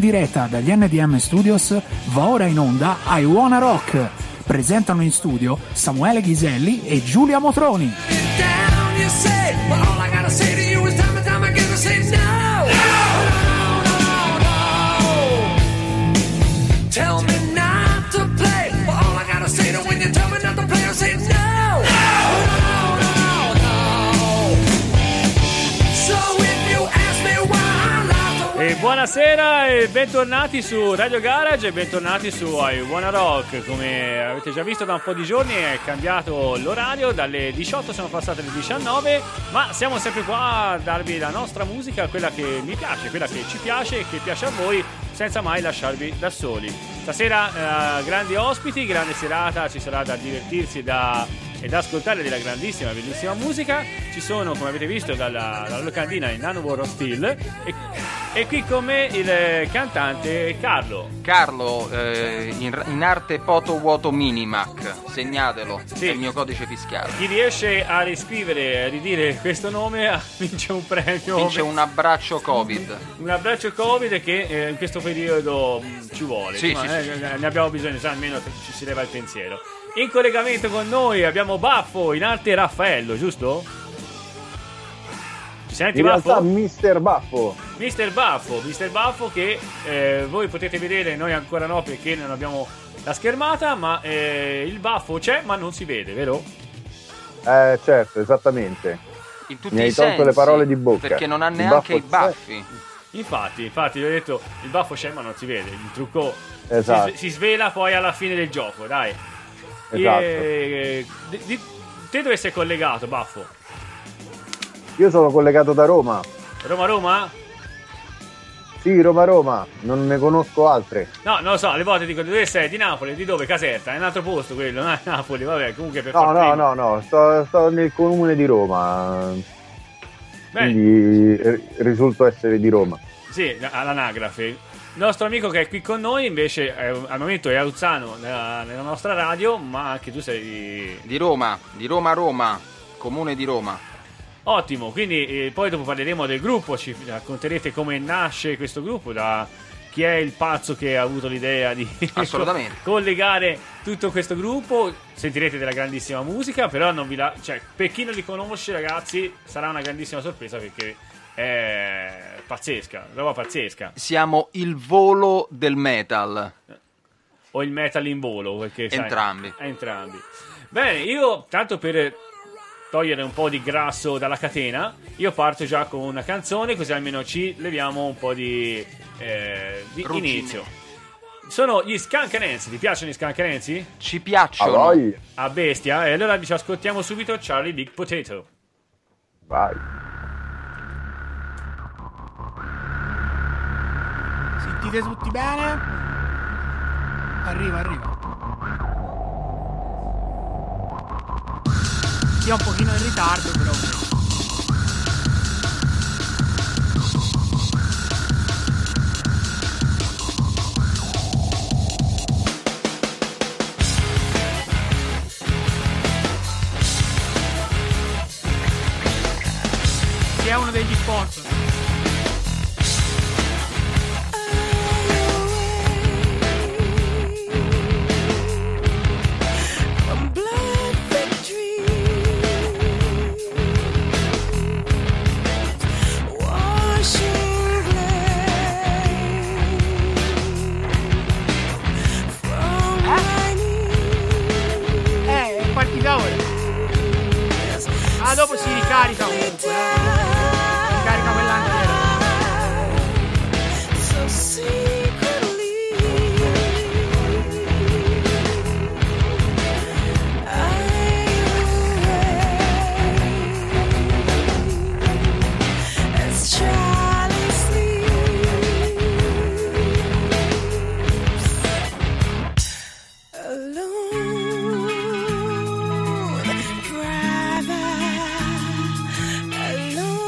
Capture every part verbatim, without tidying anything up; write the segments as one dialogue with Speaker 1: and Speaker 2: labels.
Speaker 1: diretta dagli N D M Studios va ora in onda I Wanna Rock. Presentano in studio Samuele Ghiselli e Giulia Motroni.
Speaker 2: Tell me not to play, but all I gotta say to when you tell me not to play, I say no. No, no, no, no. So if you ask me why I love the way.
Speaker 3: E buonasera e bentornati su Radio Garage e bentornati su I Wanna Rock. Come avete già visto da un po' di giorni è cambiato l'orario, dalle diciotto sono passate le diciannove, ma siamo sempre qua a darvi la nostra musica, quella che mi piace, quella che ci piace e che piace a voi, senza mai lasciarvi da soli. Stasera eh, grandi ospiti, grande serata, ci sarà da divertirsi e da, e da ascoltare della grandissima, bellissima musica. Ci sono, come avete visto dalla, dalla locandina, il Nano War of Steel e, e qui con me il cantante Carlo.
Speaker 4: Carlo, eh, in, in arte Poto Vuoto Minimac, segnatelo,
Speaker 3: Sì.
Speaker 4: È il mio codice fiscale.
Speaker 3: Chi riesce a riscrivere e a ridire questo nome vince un premio.
Speaker 4: Vince un abbraccio Covid.
Speaker 3: Un abbraccio Covid che eh, in questo periodo mh, ci vuole.
Speaker 4: Sì,
Speaker 3: Insomma,
Speaker 4: sì,
Speaker 3: eh,
Speaker 4: sì.
Speaker 3: ne abbiamo bisogno, se almeno ci si leva il pensiero. In collegamento con noi abbiamo Baffo, in arte Raffaello, giusto? Ci senti,
Speaker 5: In
Speaker 3: Baffo?
Speaker 5: realtà mister Baffo.
Speaker 3: Mister Baffo, Mister Baffo che eh, voi potete vedere, noi ancora no perché non abbiamo la schermata, ma eh, il baffo c'è ma non si vede, vero?
Speaker 5: Eh certo, esattamente.
Speaker 4: In tutti
Speaker 5: Mi hai
Speaker 4: i
Speaker 5: tolto
Speaker 4: sensi,
Speaker 5: le parole di bocca.
Speaker 4: perché non ha
Speaker 5: Il
Speaker 4: neanche i
Speaker 5: baffo c'è.
Speaker 4: baffi.
Speaker 3: Infatti, infatti, vi ho detto, il baffo c'è ma non si vede, il trucco
Speaker 5: Esatto.
Speaker 3: si, si svela poi alla fine del gioco, dai.
Speaker 5: Esatto.
Speaker 3: E, di, di, te dove sei collegato, Baffo?
Speaker 5: Io sono collegato da Roma.
Speaker 3: Roma-Roma?
Speaker 5: Sì, Roma-Roma, non ne conosco altre.
Speaker 3: No, non lo so, alle volte dico dove sei, di Napoli, di dove? Caserta, è un altro posto quello, no? Napoli, vabbè, comunque per
Speaker 5: No,
Speaker 3: far
Speaker 5: no,
Speaker 3: prima.
Speaker 5: no, no, sto, sto nel comune di Roma.
Speaker 3: Bene.
Speaker 5: Quindi eh, risulto essere di Roma.
Speaker 3: Sì, all'anagrafe. Il nostro amico che è qui con noi invece è, al momento è a Uzzano nella, nella nostra radio, ma anche tu sei di...
Speaker 4: Di Roma, di Roma-Roma, comune di Roma.
Speaker 3: Ottimo, quindi eh, poi dopo parleremo del gruppo, ci racconterete come nasce questo gruppo, da chi è il pazzo che ha avuto l'idea di
Speaker 4: Assolutamente.
Speaker 3: collegare tutto questo gruppo. Sentirete della grandissima musica, però non vi la... cioè, per chi non li conosce, ragazzi, sarà una grandissima sorpresa perché è pazzesca, roba pazzesca.
Speaker 4: Siamo il volo del metal.
Speaker 3: O il metal in volo, perché sai,
Speaker 4: Entrambi.
Speaker 3: entrambi. Bene, io tanto per togliere un po' di grasso dalla catena, io parto già con una canzone, così almeno ci leviamo un po' di, eh, di
Speaker 4: Ruggine.
Speaker 3: inizio. Sono gli Scancanensi, ti piacciono gli Scancanensi?
Speaker 4: Ci
Speaker 5: A
Speaker 4: piacciono.
Speaker 5: voi?
Speaker 3: A bestia, e allora ci ascoltiamo subito Charlie Big Potato.
Speaker 5: Vai.
Speaker 6: Sentite tutti bene? Arriva, arriva. Sì, è un pochino in ritardo, però. Sì, è uno degli sponsor. Eh, è partita ora. Ah, dopo si ricarica comunque. eh. Ricarica quella intera.
Speaker 2: Alone, driver, alone.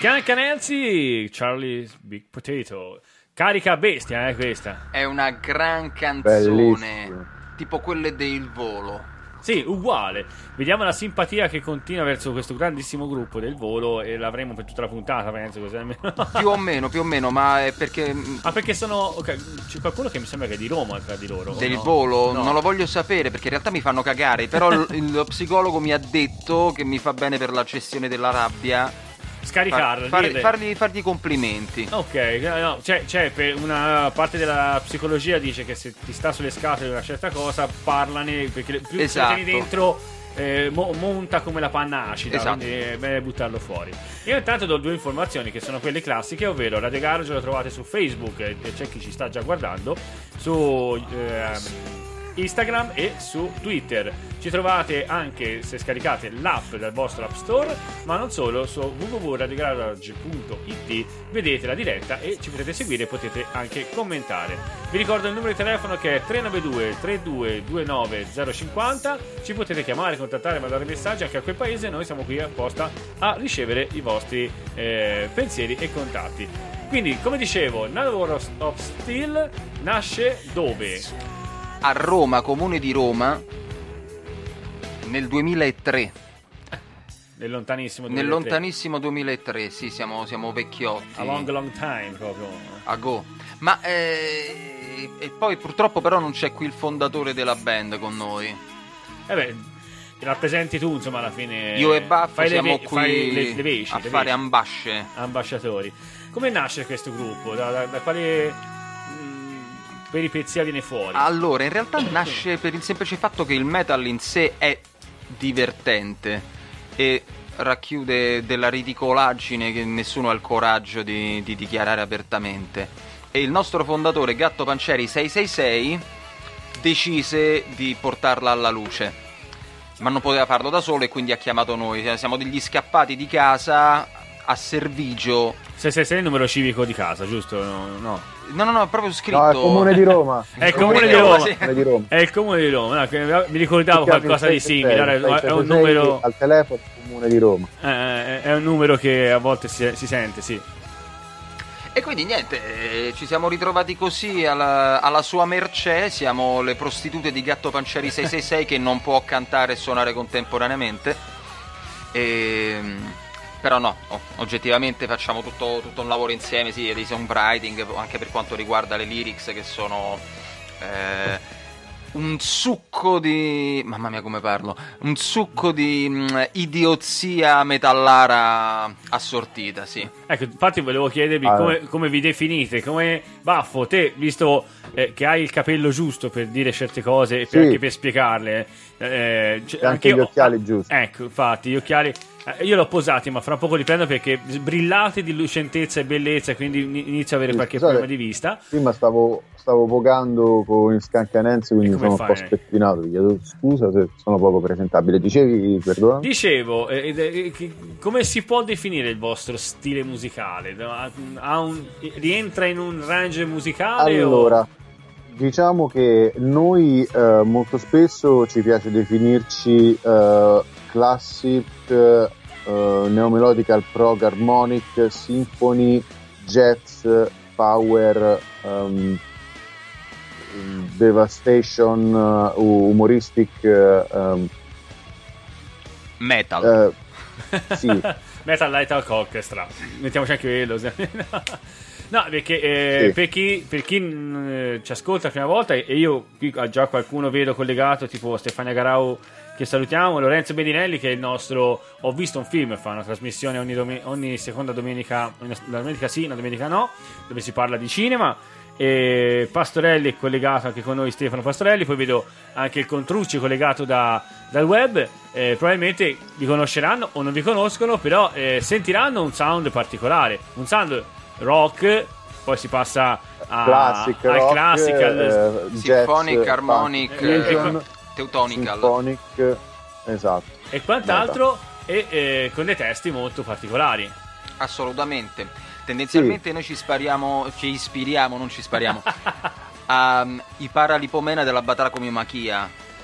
Speaker 3: Scancanensi, Charlie's Big Potato. Carica bestia, eh, questa.
Speaker 4: È una gran canzone,
Speaker 5: Bellissimo.
Speaker 4: tipo quelle del Volo.
Speaker 3: Sì, uguale. Vediamo la simpatia che continua verso questo grandissimo gruppo del Volo e l'avremo per tutta la puntata, penso così almeno.
Speaker 4: Più o meno, più o meno, ma è perché
Speaker 3: Ah, perché sono... ok, c'è qualcuno che mi sembra che è di Roma tra di loro. o
Speaker 4: del
Speaker 3: no?
Speaker 4: Volo
Speaker 3: No.
Speaker 4: non lo voglio sapere perché in realtà mi fanno cagare, però l- lo psicologo mi ha detto che mi fa bene per la gestione della rabbia
Speaker 3: Scaricarla,
Speaker 4: far-
Speaker 3: dirle.
Speaker 4: fargli, fargli complimenti.
Speaker 3: Ok, no, c'è, c'è per una parte della psicologia dice che se ti sta sulle scatole una certa cosa, parlane, perché più
Speaker 4: Esatto.
Speaker 3: se la tieni dentro eh, mo- monta come la panna acida,
Speaker 4: Esatto.
Speaker 3: quindi è bene buttarlo fuori. Io intanto do due informazioni che sono quelle classiche, ovvero Radio Garage lo trovate su Facebook e e c'è chi ci sta già guardando, su ehm, Instagram e su Twitter. Ci trovate anche se scaricate l'app dal vostro App Store, ma non solo, su w w w punto radio garage punto i t vedete la diretta e ci potete seguire e potete anche commentare. Vi ricordo il numero di telefono che è tre nove due tre due due nove zero cinque zero. Ci potete chiamare, contattare, mandare messaggi anche a quel paese. Noi siamo qui apposta a ricevere i vostri eh, pensieri e contatti. Quindi, come dicevo, War of Steel nasce dove?
Speaker 4: A Roma, comune di Roma, nel duemilatré.
Speaker 3: Nel lontanissimo
Speaker 4: Nel
Speaker 3: duemilatré.
Speaker 4: lontanissimo duemilatré, sì, siamo, siamo vecchiotti.
Speaker 3: A long long time proprio.
Speaker 4: A go. Ma eh, e poi purtroppo però non c'è qui il fondatore della band con noi.
Speaker 3: Eh beh, ti rappresenti tu insomma alla fine.
Speaker 4: Io e Baffo
Speaker 3: fai le
Speaker 4: siamo
Speaker 3: ve-
Speaker 4: qui
Speaker 3: fai le, le veci,
Speaker 4: a
Speaker 3: le
Speaker 4: fare
Speaker 3: veci.
Speaker 4: ambasce.
Speaker 3: Ambasciatori. Come nasce questo gruppo? Da, da, da quale mh, peripezia viene fuori?
Speaker 4: Allora, in realtà nasce per il semplice fatto che il metal in sé è divertente e racchiude della ridicolaggine che nessuno ha il coraggio di, di dichiarare apertamente. E il nostro fondatore Gatto Pancieri sei sei sei decise di portarla alla luce, ma non poteva farlo da solo e quindi ha chiamato noi. Siamo degli scappati di casa a Servigio.
Speaker 3: Se sei, sei il numero civico di casa, giusto? No, no.
Speaker 4: No, no, no, è proprio scritto.
Speaker 5: No, è il comune di Roma.
Speaker 3: È il comune di Roma.
Speaker 4: sì.
Speaker 5: Comune di Roma.
Speaker 3: È il comune di Roma. No, che mi ricordavo
Speaker 5: Chiami
Speaker 3: qualcosa di
Speaker 5: sei sei
Speaker 3: simile.
Speaker 5: sei,
Speaker 3: Era-
Speaker 5: sei
Speaker 3: È un
Speaker 5: sei
Speaker 3: numero.
Speaker 5: al telefono comune di Roma.
Speaker 3: eh, È un numero che a volte si, si sente, sì.
Speaker 4: E quindi niente, eh, ci siamo ritrovati così alla, alla sua mercé. Siamo le prostitute di Gatto Pancieri sei sei sei che non può cantare e suonare contemporaneamente. E, però no, oh, oggettivamente facciamo tutto, tutto un lavoro insieme, sì, di songwriting, anche per quanto riguarda le lyrics che sono eh, un succo di... mamma mia come parlo, un succo di mh, idiozia metallara assortita, sì.
Speaker 3: Ecco, infatti volevo chiedervi
Speaker 5: Ah,
Speaker 3: come, come vi definite, come Baffo, te, visto eh, che hai il capello giusto per dire certe cose e per-
Speaker 5: Sì.
Speaker 3: anche per spiegarle, eh, cioè,
Speaker 5: E anche
Speaker 3: anch'io-
Speaker 5: gli occhiali
Speaker 3: ah,
Speaker 5: giusti.
Speaker 3: Ecco, infatti, gli occhiali... eh, io l'ho posati, ma fra poco li prendo perché brillate di lucentezza e bellezza, quindi in- inizio a avere
Speaker 5: Sì,
Speaker 3: qualche
Speaker 5: scusate.
Speaker 3: problema di vista.
Speaker 5: Sì, ma stavo, stavo vocando con il Scancanense, quindi
Speaker 3: E come
Speaker 5: sono un po'
Speaker 3: fai?
Speaker 5: spettinato. Vi chiedo scusa se sono poco presentabile. Dicevi, perdona?
Speaker 3: Dicevo, eh, eh, che- come si può definire il vostro stile musicale? Ha- ha un- rientra in un range musicale?
Speaker 5: Allora,
Speaker 3: o...
Speaker 5: diciamo che noi eh, molto spesso ci piace definirci eh, classic, eh, neomelodical, prog, harmonic, symphony, jazz, power, ehm, devastation, eh, humoristic, eh, ehm,
Speaker 4: Metal.
Speaker 5: eh, sì,
Speaker 3: Metal Light Orchestra, mettiamoci anche quello. No, perché eh,
Speaker 5: Sì.
Speaker 3: per chi, per chi mh, eh, ci ascolta la prima volta, e io qui ho già qualcuno vedo collegato, tipo Stefania Garau, che salutiamo, Lorenzo Bedinelli, che è il nostro... Ho visto un film, fa una trasmissione ogni, dome- ogni seconda domenica, una domenica sì, una domenica no, dove si parla di cinema. E Pastorelli è collegato anche con noi, Stefano Pastorelli. Poi vedo anche il Contrucci collegato da, dal web. Eh, probabilmente vi conosceranno o non vi conoscono, però eh, sentiranno un sound particolare, un sound rock, poi si passa a,
Speaker 5: classic,
Speaker 3: al
Speaker 5: rock,
Speaker 3: classical,
Speaker 5: eh, jazz,
Speaker 4: Symphonic, harmonic,
Speaker 5: punk,
Speaker 3: eh,
Speaker 5: fusion,
Speaker 4: Teutonical.
Speaker 5: symphonic, esatto.
Speaker 3: e quant'altro, e eh, con dei testi molto particolari.
Speaker 4: Assolutamente. Tendenzialmente noi ci spariamo, ci ispiriamo, non ci spariamo, ai Paralipomena della Batraco Mimachia.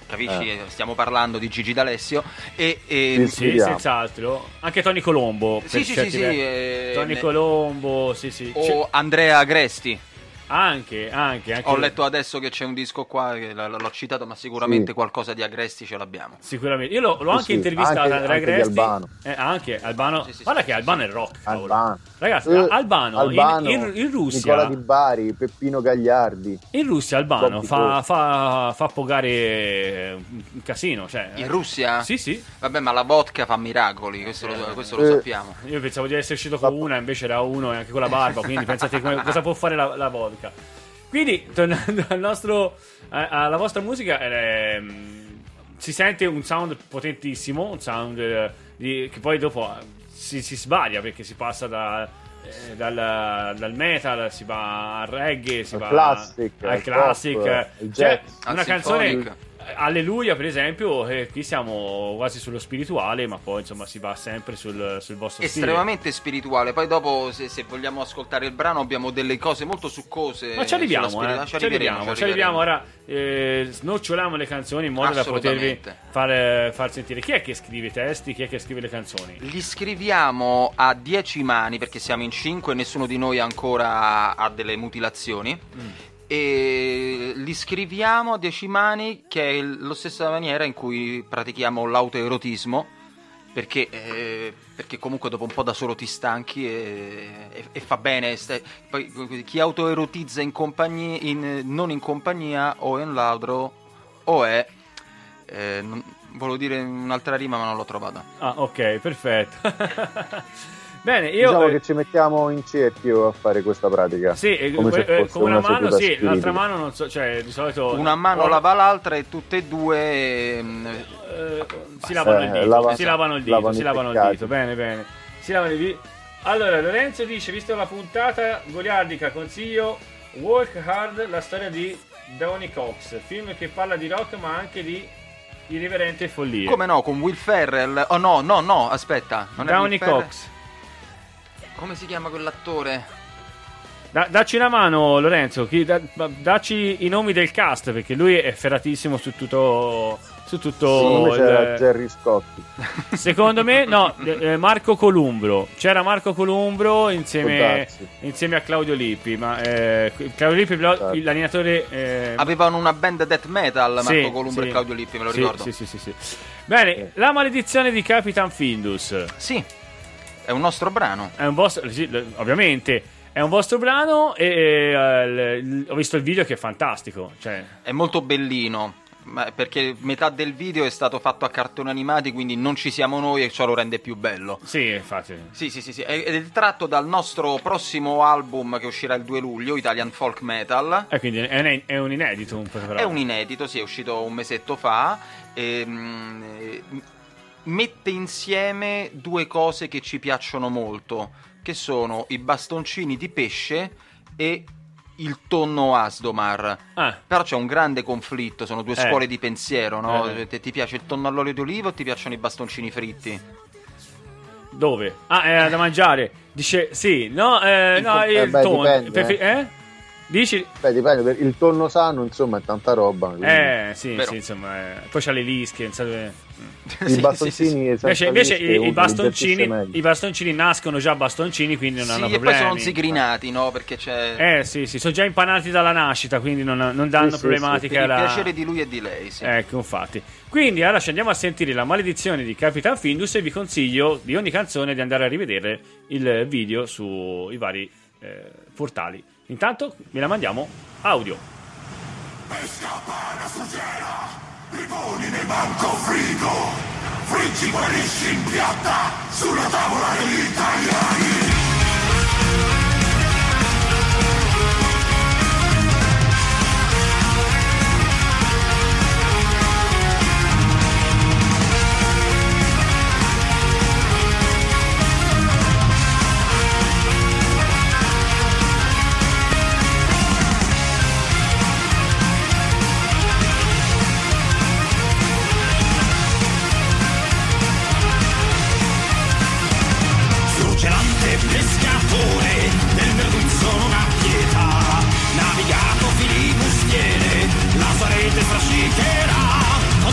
Speaker 4: capisci?
Speaker 5: Eh.
Speaker 4: Stiamo parlando di Gigi D'Alessio e, e
Speaker 5: Sì,
Speaker 3: Sì,
Speaker 5: Vediamo.
Speaker 3: senz'altro. Anche Tony Colombo. per
Speaker 4: sì, sì, sì,
Speaker 3: certi
Speaker 4: sì,
Speaker 3: versi.
Speaker 4: eh,
Speaker 3: Tony
Speaker 4: ne-
Speaker 3: Colombo, sì, sì. C'è-
Speaker 4: o Andrea Agresti.
Speaker 3: Anche, anche, anche.
Speaker 4: Ho letto adesso che c'è un disco qua che l- l'ho citato, ma sicuramente
Speaker 5: Sì.
Speaker 4: qualcosa di Agresti ce l'abbiamo.
Speaker 3: Sicuramente. Io l'ho, l'ho
Speaker 5: Sì,
Speaker 3: anche
Speaker 5: sì,
Speaker 3: intervistato
Speaker 5: anche-
Speaker 3: Andrea
Speaker 5: anche di
Speaker 3: Agresti.
Speaker 5: Albano.
Speaker 3: Eh, anche Albano.
Speaker 4: Sì, sì, sì,
Speaker 3: Guarda
Speaker 4: sì,
Speaker 3: che
Speaker 4: sì,
Speaker 3: Albano
Speaker 4: sì.
Speaker 3: è rock. cavolo.
Speaker 5: Albano.
Speaker 3: Ragazzi,
Speaker 5: Eh,
Speaker 3: Albano,
Speaker 5: Albano,
Speaker 3: in, in- in Russia.
Speaker 5: Nicola Di Bari, Peppino Gagliardi.
Speaker 3: In Russia Albano
Speaker 5: Bobby
Speaker 3: fa,
Speaker 5: Cole.
Speaker 3: fa, fa pogare un casino. Cioè,
Speaker 4: In Russia?
Speaker 3: Sì, sì.
Speaker 4: Vabbè, ma la vodka fa miracoli, questo, lo, questo lo
Speaker 5: Eh.
Speaker 4: sappiamo.
Speaker 3: Io pensavo di essere uscito con una, invece era uno e anche con la barba. Quindi pensate come- cosa può fare la, la vodka. Quindi, tornando al nostro, a- alla vostra musica, ehm, si sente un sound potentissimo, un sound eh, di- che poi dopo eh, si, si svaria perché si passa da, eh, dal, dal metal, si va al reggae, si
Speaker 5: Al
Speaker 3: va
Speaker 5: classic,
Speaker 3: al
Speaker 5: al
Speaker 3: classic.
Speaker 5: pop, il
Speaker 3: Cioè,
Speaker 5: jazz.
Speaker 3: una
Speaker 4: Al
Speaker 3: canzone.
Speaker 4: sinfonic.
Speaker 3: Alleluia, per esempio, eh, qui siamo quasi sullo spirituale, ma poi insomma si va sempre sul, sul vostro stile.
Speaker 4: Estremamente spirituale. Poi dopo, se, se vogliamo ascoltare il brano, abbiamo delle cose molto succose.
Speaker 3: Ma ci arriviamo,
Speaker 4: sulla spiritualità.
Speaker 3: eh. ci arriviamo, ci arriviamo. Ora eh, snoccioliamo le canzoni in modo da potervi
Speaker 4: Assolutamente.
Speaker 3: far, far sentire. Chi è che scrive i testi? Chi è che scrive le canzoni?
Speaker 4: Li scriviamo a dieci mani perché siamo in cinque e nessuno di noi ancora ha delle mutilazioni.
Speaker 3: Mm.
Speaker 4: E li scriviamo a dieci mani, che è il- la stessa maniera in cui pratichiamo l'autoerotismo. Perché, eh, perché comunque dopo un po' da solo ti stanchi e, e- e fa bene. stai- poi chi autoerotizza in compagnia, in- non in compagnia o in ladro o è. eh, non- volevo dire un'altra rima, ma non l'ho trovata.
Speaker 3: Ah, ok, perfetto. Bene, io
Speaker 5: Diciamo
Speaker 3: eh,
Speaker 5: che ci mettiamo in cerchio a fare questa pratica.
Speaker 3: sì, eh,
Speaker 5: come se
Speaker 3: eh,
Speaker 5: fosse
Speaker 3: con una
Speaker 5: una
Speaker 3: mano
Speaker 5: seduta
Speaker 3: sì, l'altra
Speaker 5: spiritica.
Speaker 3: mano non so, cioè di solito
Speaker 4: Una mano
Speaker 3: o-
Speaker 4: lava l'altra e tutte e due. ehm,
Speaker 3: eh, si lavano il
Speaker 5: Eh,
Speaker 3: dito,
Speaker 5: lava-
Speaker 3: si lavano il dito,
Speaker 5: lavano
Speaker 3: si
Speaker 5: i
Speaker 3: lavano il
Speaker 5: peccati.
Speaker 3: dito, bene, bene. Si lavano il dito. Allora, Lorenzo dice, visto la puntata goliardica, consiglio Work Hard, la storia di Donny Cox, film che parla di rock ma anche di irriverente follia.
Speaker 4: Come no, con Will Ferrell. Oh no, no, no, aspetta. Non è
Speaker 3: Downey
Speaker 4: Will Ferrell?
Speaker 3: Cox.
Speaker 4: Come si chiama quell'attore?
Speaker 3: Da- dacci una mano, Lorenzo, chi- da- dacci i nomi del cast, perché lui è ferratissimo su tutto. Su tutto
Speaker 5: Secondo me
Speaker 3: il-
Speaker 5: c'era Gerry Scotti.
Speaker 3: Secondo me, no, eh, Marco Columbro. C'era Marco Columbro
Speaker 5: Può
Speaker 3: insieme,
Speaker 5: darsi.
Speaker 3: insieme a Claudio Lippi. Ma eh, Claudio Lippi, però,
Speaker 5: Certo.
Speaker 3: l'animatore. eh,
Speaker 4: Avevano una band death metal, Marco
Speaker 3: sì,
Speaker 4: Columbro
Speaker 3: sì.
Speaker 4: e Claudio Lippi, me lo
Speaker 3: Sì,
Speaker 4: ricordo.
Speaker 3: Sì, sì, sì, sì. Bene, La maledizione di Capitan Findus.
Speaker 4: Sì, è un nostro brano.
Speaker 3: È un vostro, sì, l- ovviamente è un vostro brano e eh, l- l- ho visto il video che è fantastico, cioè
Speaker 4: È molto bellino. Ma perché metà del video è stato fatto a cartoni animati, quindi non ci siamo noi e ciò lo rende più bello.
Speaker 3: sì, infatti.
Speaker 4: Sì, sì, sì, sì. Ed è tratto dal nostro prossimo album che uscirà il due luglio, Italian Folk Metal.
Speaker 3: E quindi è un, è un inedito un po', però.
Speaker 4: È un inedito, sì, è uscito un mesetto fa. ehm, eh, mette insieme due cose che ci piacciono molto, che sono i bastoncini di pesce e il tonno Asdomar.
Speaker 3: Ah,
Speaker 4: Però c'è un grande conflitto, sono due
Speaker 3: Eh.
Speaker 4: scuole di pensiero, no?
Speaker 3: Eh.
Speaker 4: Te- Ti piace il tonno all'olio di oliva o ti piacciono i bastoncini fritti?
Speaker 3: dove? Ah, è da mangiare. Dice sì, no, eh,
Speaker 4: Il
Speaker 3: no,
Speaker 4: com-
Speaker 3: il
Speaker 5: eh beh,
Speaker 3: tonno.
Speaker 5: dipende,
Speaker 3: Prefer- eh? Dici?
Speaker 5: Beh, dipende, per- il tonno sano, insomma, è tanta roba. quindi
Speaker 3: Eh, sì,
Speaker 4: Vero.
Speaker 3: sì, insomma. eh. Poi c'ha le lische, non so dove-
Speaker 5: I
Speaker 4: Sì, sì,
Speaker 5: bastoncini
Speaker 4: sì, sì.
Speaker 5: senza
Speaker 3: Invece, invece
Speaker 5: lische,
Speaker 3: i, i
Speaker 5: uno li
Speaker 3: bastoncini,
Speaker 5: gestisce meglio.
Speaker 3: i bastoncini nascono già bastoncini, quindi non
Speaker 4: Sì,
Speaker 3: hanno
Speaker 4: e poi
Speaker 3: problemi.
Speaker 4: sono zigrinati, no? Perché c'è
Speaker 3: Eh, sì, sì, sono già impanati dalla nascita, quindi non, non danno
Speaker 5: Sì, sì,
Speaker 3: problematiche
Speaker 4: per il
Speaker 3: alla...
Speaker 4: piacere di lui e di lei, sì.
Speaker 3: Ecco, infatti. Quindi ora ci andiamo a sentire La maledizione di Capitan Findus e vi consiglio di ogni canzone di andare a rivedere il video sui vari eh, portali. Intanto ve la mandiamo audio.
Speaker 7: Riponi nel banco frigo, friggi guarisci in piatta, sulla tavola degli italiani. Succelante pescatore, del merluzzo non ha pietà, navigato filibustiere, la sua rete strascicherà,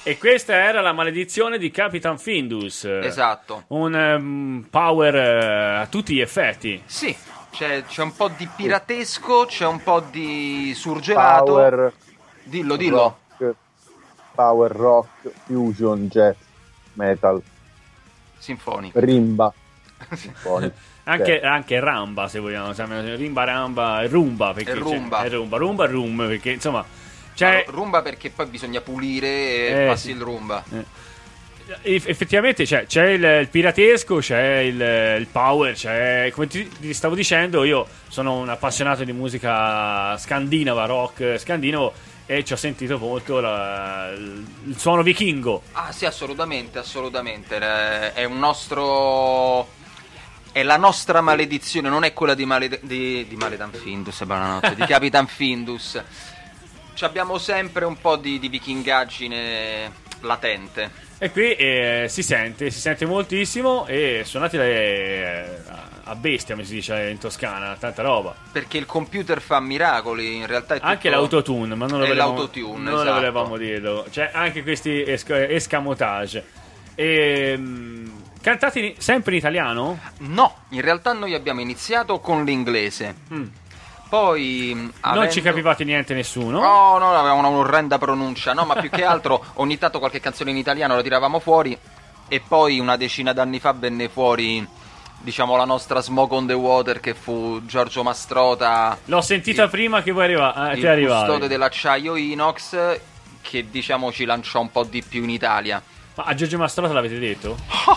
Speaker 3: E questa era la maledizione di Capitan Findus.
Speaker 4: Esatto.
Speaker 3: Un um, power uh, a tutti gli effetti.
Speaker 4: Sì, c'è, c'è un po' di piratesco, c'è un po' di surgelato.
Speaker 5: Power
Speaker 4: Dillo, dillo.
Speaker 5: rock, power rock, fusion, jazz, metal,
Speaker 4: Sinfonico.
Speaker 5: rimba, sinfonico.
Speaker 3: Anche,
Speaker 5: Sì.
Speaker 3: anche Ramba, se vogliamo. Rimba, Ramba e Rumba. Perché
Speaker 4: E rumba.
Speaker 3: C'è, è rumba. Rumba, Rum, perché insomma... C'è,
Speaker 4: Ma rumba perché poi bisogna pulire e
Speaker 3: Eh,
Speaker 4: passi
Speaker 3: sì.
Speaker 4: il rumba.
Speaker 3: Eff- effettivamente c'è, c'è il, il piratesco, c'è il, il power, c'è, come ti, ti stavo dicendo, io sono un appassionato di musica scandinava, rock scandinavo, e ci ho sentito molto la- il, il suono vichingo.
Speaker 4: Ah sì, assolutamente, assolutamente. Eh, È un nostro... È la nostra maledizione, non è quella di, Maled- di, di Maledan Findus, buonanotte, di Capitan Findus. Ci abbiamo sempre un po' di, di vichingaggine latente.
Speaker 3: E qui eh, si sente, si sente moltissimo, e suonate eh, a bestia, come si dice in Toscana, tanta roba.
Speaker 4: Perché il computer fa miracoli, in realtà è tutto...
Speaker 3: Anche l'autotune, ma non lo
Speaker 4: È
Speaker 3: volevamo,
Speaker 4: l'autotune,
Speaker 3: non lo
Speaker 4: esatto.
Speaker 3: volevamo dirlo. C'è anche questi esc- escamotage. E, cantati in- sempre in italiano?
Speaker 4: No, in realtà noi abbiamo iniziato con l'inglese.
Speaker 3: Mm.
Speaker 4: Poi...
Speaker 3: Non
Speaker 4: avendo-
Speaker 3: ci capivate niente nessuno?
Speaker 4: No, no, avevamo una orrenda pronuncia. No, ma più che altro ogni tanto qualche canzone in italiano la tiravamo fuori. E poi una decina d'anni fa venne fuori, diciamo, la nostra Smoke on the Water, che fu Giorgio Mastrota,
Speaker 3: L'ho sentita
Speaker 4: il-
Speaker 3: prima che voi arriva- eh,
Speaker 4: il
Speaker 3: te arrivavi.
Speaker 4: custode dell'acciaio inox, che diciamo ci lanciò un po' di più in Italia.
Speaker 3: Ma a Giorgio Mastrota l'avete detto?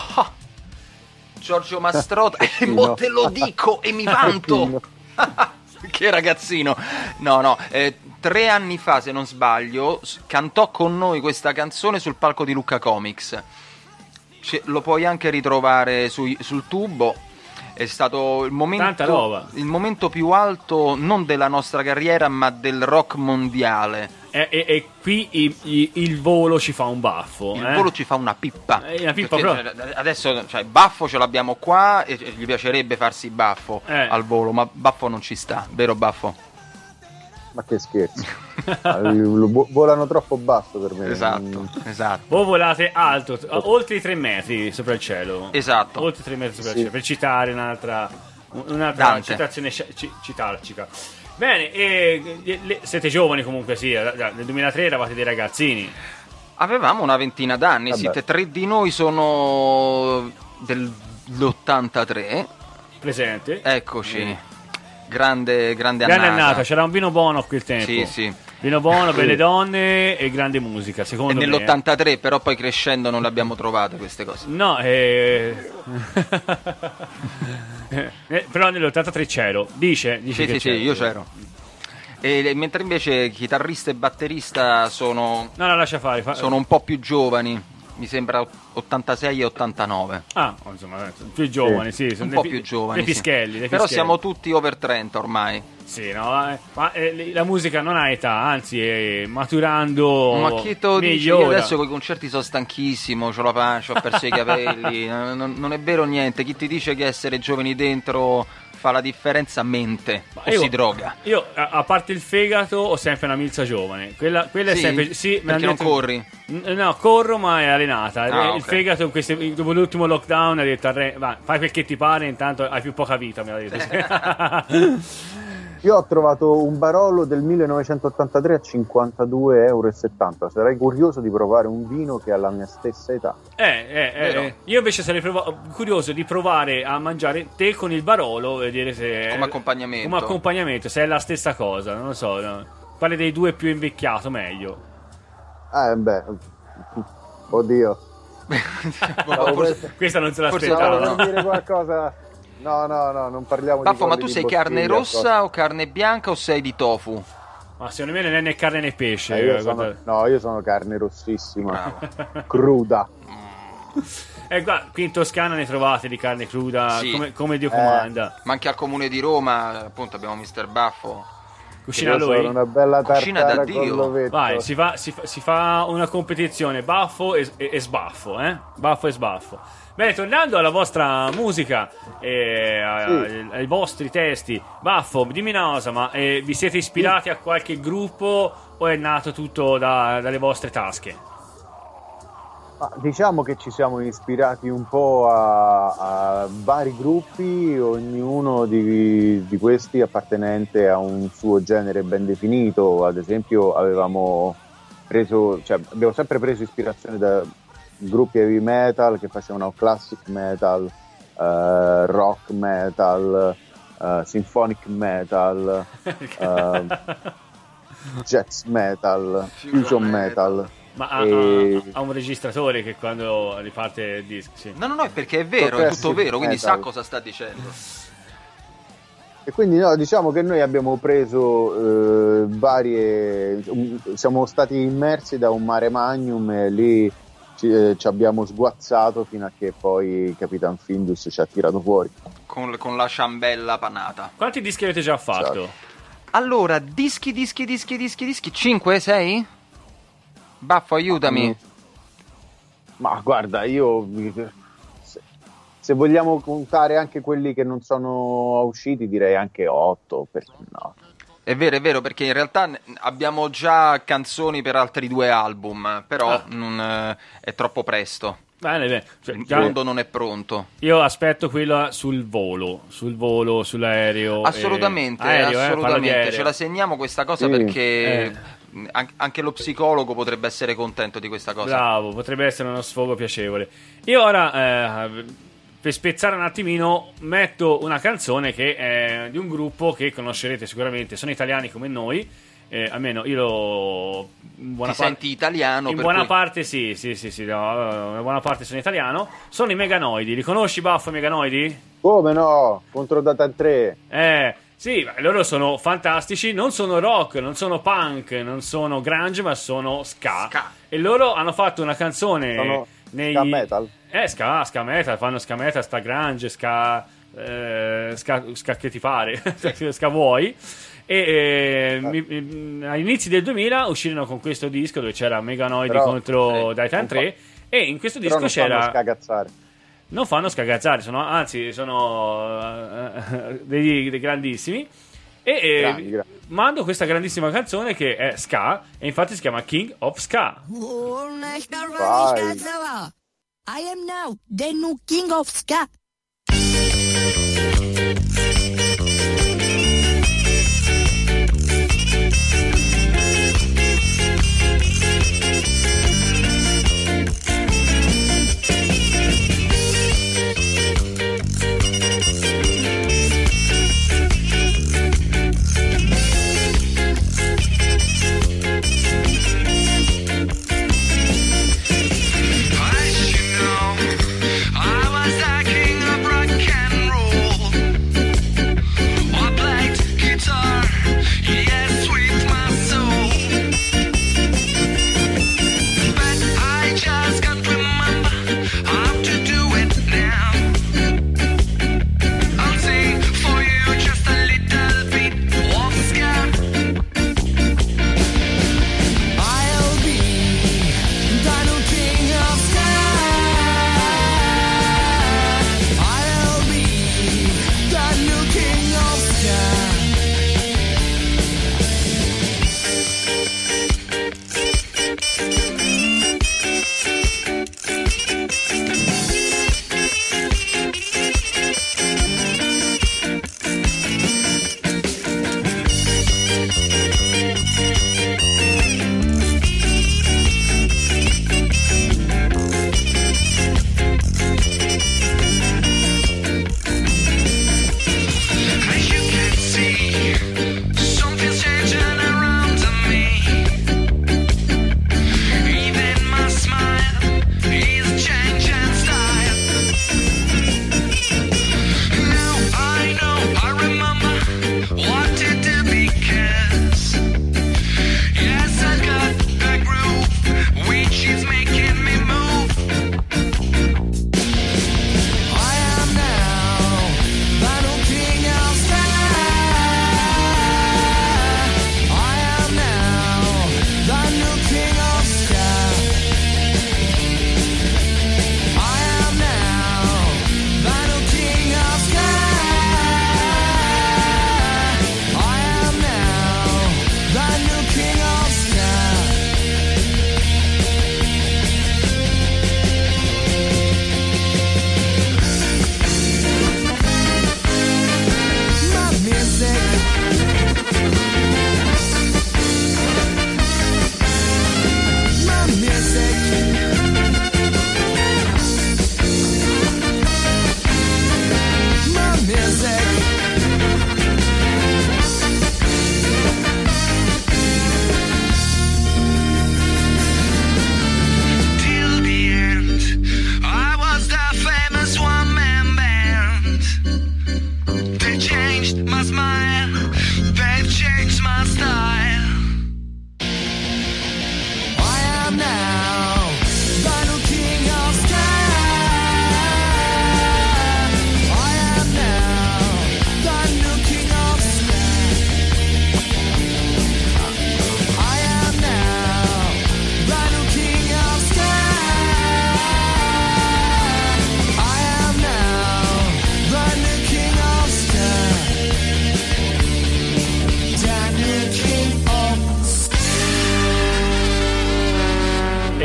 Speaker 4: Giorgio Mastrota, e
Speaker 5: Ragazzino.
Speaker 4: mo te lo dico e mi vanto. Che ragazzino. No, no, eh, tre anni fa, se non sbaglio, s- cantò con noi questa canzone sul palco di Lucca Comics. Ce- lo puoi anche ritrovare sui- sul tubo. È stato il momento,
Speaker 3: Tanta roba.
Speaker 4: il momento più alto non della nostra carriera, ma del rock mondiale.
Speaker 3: E, e- e qui i- i- il volo ci fa un baffo.
Speaker 4: Il
Speaker 3: eh?
Speaker 4: volo ci fa una pippa.
Speaker 3: Eh, una pippa
Speaker 4: Perché,
Speaker 3: proprio.
Speaker 4: cioè, adesso, cioè, baffo ce l'abbiamo qua e e gli piacerebbe farsi baffo
Speaker 3: Eh.
Speaker 4: al volo, ma baffo non ci sta, vero baffo?
Speaker 5: Ma che scherzi. Ah, lo- vo- volano troppo basso per me.
Speaker 4: Esatto,
Speaker 5: Mm,
Speaker 4: esatto.
Speaker 3: Voi volate alto, t- oltre i tre metri sopra il cielo.
Speaker 4: Esatto.
Speaker 3: Oltre i tre metri sopra il
Speaker 5: Sì.
Speaker 3: cielo, per citare un'altra, un'altra
Speaker 4: Dante.
Speaker 3: citazione sci- ci- citalcica. Bene, e, e- le- siete giovani comunque, sì, eh, nel duemilatré eravate dei ragazzini.
Speaker 4: Avevamo una ventina d'anni,
Speaker 5: Vabbè.
Speaker 4: sì, te- tre di noi sono dell'ottantatré.
Speaker 3: Presente?
Speaker 4: Eccoci. Grande, grande
Speaker 3: Grande
Speaker 4: annata.
Speaker 3: annata, c'era un vino buono a quel tempo.
Speaker 4: Sì, sì.
Speaker 3: Vino buono, belle donne e grande musica,
Speaker 4: E
Speaker 3: secondo me.
Speaker 4: nell'ottantatré, però poi crescendo non le abbiamo trovate queste cose.
Speaker 3: No, eh... eh, però nell'ottantatré c'ero. Dice, dice
Speaker 4: Sì,
Speaker 3: che
Speaker 4: sì, sì,
Speaker 3: c'ero.
Speaker 4: io c'ero. E, mentre invece chitarrista e batterista sono,
Speaker 3: No, no, lascia fare. fa-
Speaker 4: sono un po' più giovani. Mi sembra ottantasei e ottantanove.
Speaker 3: Ah, insomma, più giovani, sì. sono
Speaker 4: Un
Speaker 3: dei
Speaker 4: po'
Speaker 3: pi-
Speaker 4: più giovani.
Speaker 3: Dei
Speaker 4: sì.
Speaker 3: pischelli, dei
Speaker 4: Però
Speaker 3: pischelli.
Speaker 4: siamo tutti over trenta ormai.
Speaker 3: Sì, no, eh, ma eh, la musica non ha età, anzi, è maturando.
Speaker 4: Ma chi te lo dice? Io
Speaker 3: migliora.
Speaker 4: adesso con i concerti sono stanchissimo, ho la pancia, ho perso i capelli. non, non- non è vero niente. Chi ti dice che essere giovani dentro fa la differenza mente
Speaker 3: Ma
Speaker 4: o
Speaker 3: io-
Speaker 4: si droga?
Speaker 3: Io, a, a parte il fegato, ho sempre una milza giovane. Quella, quella
Speaker 4: Sì?
Speaker 3: è sempre. Sì, me
Speaker 4: Perché
Speaker 3: l'hanno
Speaker 4: non
Speaker 3: detto-
Speaker 4: corri?
Speaker 3: N- No, corro, ma è allenata.
Speaker 4: Ah,
Speaker 3: il
Speaker 4: ok.
Speaker 3: fegato, in queste- dopo l'ultimo lockdown, ha detto: "Arre- va, fai quel che ti pare, intanto hai più poca vita. Me l'ha detto.
Speaker 5: Io ho trovato un Barolo del millenovecentottantatré a cinquantadue euro e settanta. Sarei curioso di provare un vino che ha la mia stessa età.
Speaker 3: Eh, eh, eh,
Speaker 4: Vero.
Speaker 3: eh. Io invece sarei prova- curioso di provare a mangiare te con il Barolo, vedere se
Speaker 4: Come accompagnamento.
Speaker 3: come accompagnamento, se è la stessa cosa, non lo so. no. Quale dei due è più invecchiato, meglio?
Speaker 5: Eh, beh, oddio.
Speaker 4: Boh,
Speaker 5: forse-
Speaker 3: Questa non se
Speaker 4: Forse
Speaker 3: l'aspettavo.
Speaker 4: no,
Speaker 5: Stavo per dire qualcosa. No, no, no, non parliamo
Speaker 4: Baffo,
Speaker 5: di
Speaker 4: ma
Speaker 5: colli
Speaker 4: tu
Speaker 5: di
Speaker 4: sei
Speaker 5: bottiglia,
Speaker 4: carne
Speaker 5: cosa-
Speaker 4: rossa o carne bianca o sei di tofu?
Speaker 3: Ma secondo me non è né carne né pesce.
Speaker 5: Eh, io
Speaker 3: eh,
Speaker 5: sono-
Speaker 3: guarda.
Speaker 5: no, io sono carne rossissima,
Speaker 4: Bravo.
Speaker 5: cruda.
Speaker 3: Eh, qua, qui in Toscana ne trovate di carne cruda,
Speaker 4: Sì.
Speaker 3: come, come Dio
Speaker 5: Eh.
Speaker 3: comanda.
Speaker 4: Ma anche al comune di Roma, appunto, abbiamo mister Baffo.
Speaker 3: Cucina
Speaker 5: Io
Speaker 3: lui?
Speaker 5: sono una bella
Speaker 4: Cucina da
Speaker 5: tartara
Speaker 4: Dio.
Speaker 5: con l'ovetto.
Speaker 3: Vai, si fa, si, fa, si fa una competizione baffo e, e- e sbaffo, eh? Baffo e sbaffo. Bene, tornando alla vostra musica e a-
Speaker 5: Sì.
Speaker 3: ai, ai vostri testi, Baffo, dimmi una cosa, ma eh, vi siete ispirati a qualche gruppo o è nato tutto da- dalle vostre tasche?
Speaker 5: Ma diciamo che ci siamo ispirati un po' a, a vari gruppi, ognuno di, di questi appartenente a un suo genere ben definito. Ad esempio avevamo preso, cioè abbiamo sempre preso ispirazione da gruppi heavy metal che facevano classic metal, uh, rock metal, uh, symphonic metal, uh, jazz metal, fusion metal.
Speaker 3: Ma ha,
Speaker 5: e...
Speaker 3: ha, ha un registratore che quando riparte il disco, sì.
Speaker 4: No, no, no, è perché è vero, è tutto vero, quindi
Speaker 5: metal.
Speaker 4: sa cosa sta dicendo.
Speaker 5: E quindi no, diciamo che noi abbiamo preso eh, varie, siamo stati immersi da un mare magnum e lì ci, eh, ci abbiamo sguazzato fino a che poi Capitan Findus ci ha tirato fuori.
Speaker 4: Con, con la ciambella panata.
Speaker 3: Quanti dischi avete già fatto?
Speaker 5: Certo.
Speaker 4: Allora, dischi, dischi, dischi, dischi, dischi, cinque, sei? Baffo, aiutami.
Speaker 5: Ma guarda, io se, se vogliamo contare anche quelli che non sono usciti, direi anche otto, perché no.
Speaker 4: È vero, è vero, perché in realtà abbiamo già canzoni per altri due album, però
Speaker 3: Ah.
Speaker 4: non, eh, è troppo presto.
Speaker 3: Bene, bene. Cioè,
Speaker 4: Il
Speaker 3: già-
Speaker 4: mondo non è pronto.
Speaker 3: io aspetto quella sul volo, sul volo, sull'aereo.
Speaker 4: Assolutamente,
Speaker 3: eh, aereo, eh, parlo di
Speaker 4: assolutamente.
Speaker 3: aereo.
Speaker 4: Ce la segniamo questa cosa
Speaker 5: Sì.
Speaker 4: perché
Speaker 3: Eh.
Speaker 4: an- anche lo psicologo potrebbe essere contento di questa cosa.
Speaker 3: Bravo, potrebbe essere uno sfogo piacevole. Io ora, eh, per spezzare un attimino, metto una canzone che è di un gruppo che conoscerete sicuramente, sono italiani come noi, eh, almeno io lo... in buona
Speaker 4: Ti
Speaker 3: par-
Speaker 4: senti italiano?
Speaker 3: In
Speaker 4: per
Speaker 3: buona
Speaker 4: cui-
Speaker 3: parte sì, sì, sì, sì, no, in buona parte sono italiano. Sono i Meganoidi, li conosci, Baffo, i Meganoidi?
Speaker 5: Come no? Contro Data tre.
Speaker 3: Eh, sì, ma loro sono fantastici, non sono rock, non sono punk, non sono grunge, ma sono ska.
Speaker 4: Ska.
Speaker 3: E loro hanno fatto una canzone
Speaker 5: Sono
Speaker 3: nei...
Speaker 5: ska metal?
Speaker 3: Eh, ska, ska metal, fanno ska metal, ska grunge, ska... Eh, ska, ska che ti pare, ska vuoi. E eh, mi- mi- agli inizi del duemila uscirono con questo disco dove c'era Meganoidi
Speaker 5: Però,
Speaker 3: contro
Speaker 4: eh,
Speaker 3: Titan
Speaker 5: non fa-
Speaker 3: tre e in questo
Speaker 5: Però
Speaker 3: disco
Speaker 5: non fanno
Speaker 3: c'era...
Speaker 5: scagazzare.
Speaker 3: Non fanno scagazzare, sono, anzi, sono eh, dei, dei grandissimi. E eh,
Speaker 5: Grandi, grandi.
Speaker 3: mando questa grandissima canzone che è ska, e infatti si chiama King of Ska.
Speaker 5: Vai.
Speaker 8: I am now the new king of ska.
Speaker 2: I was the king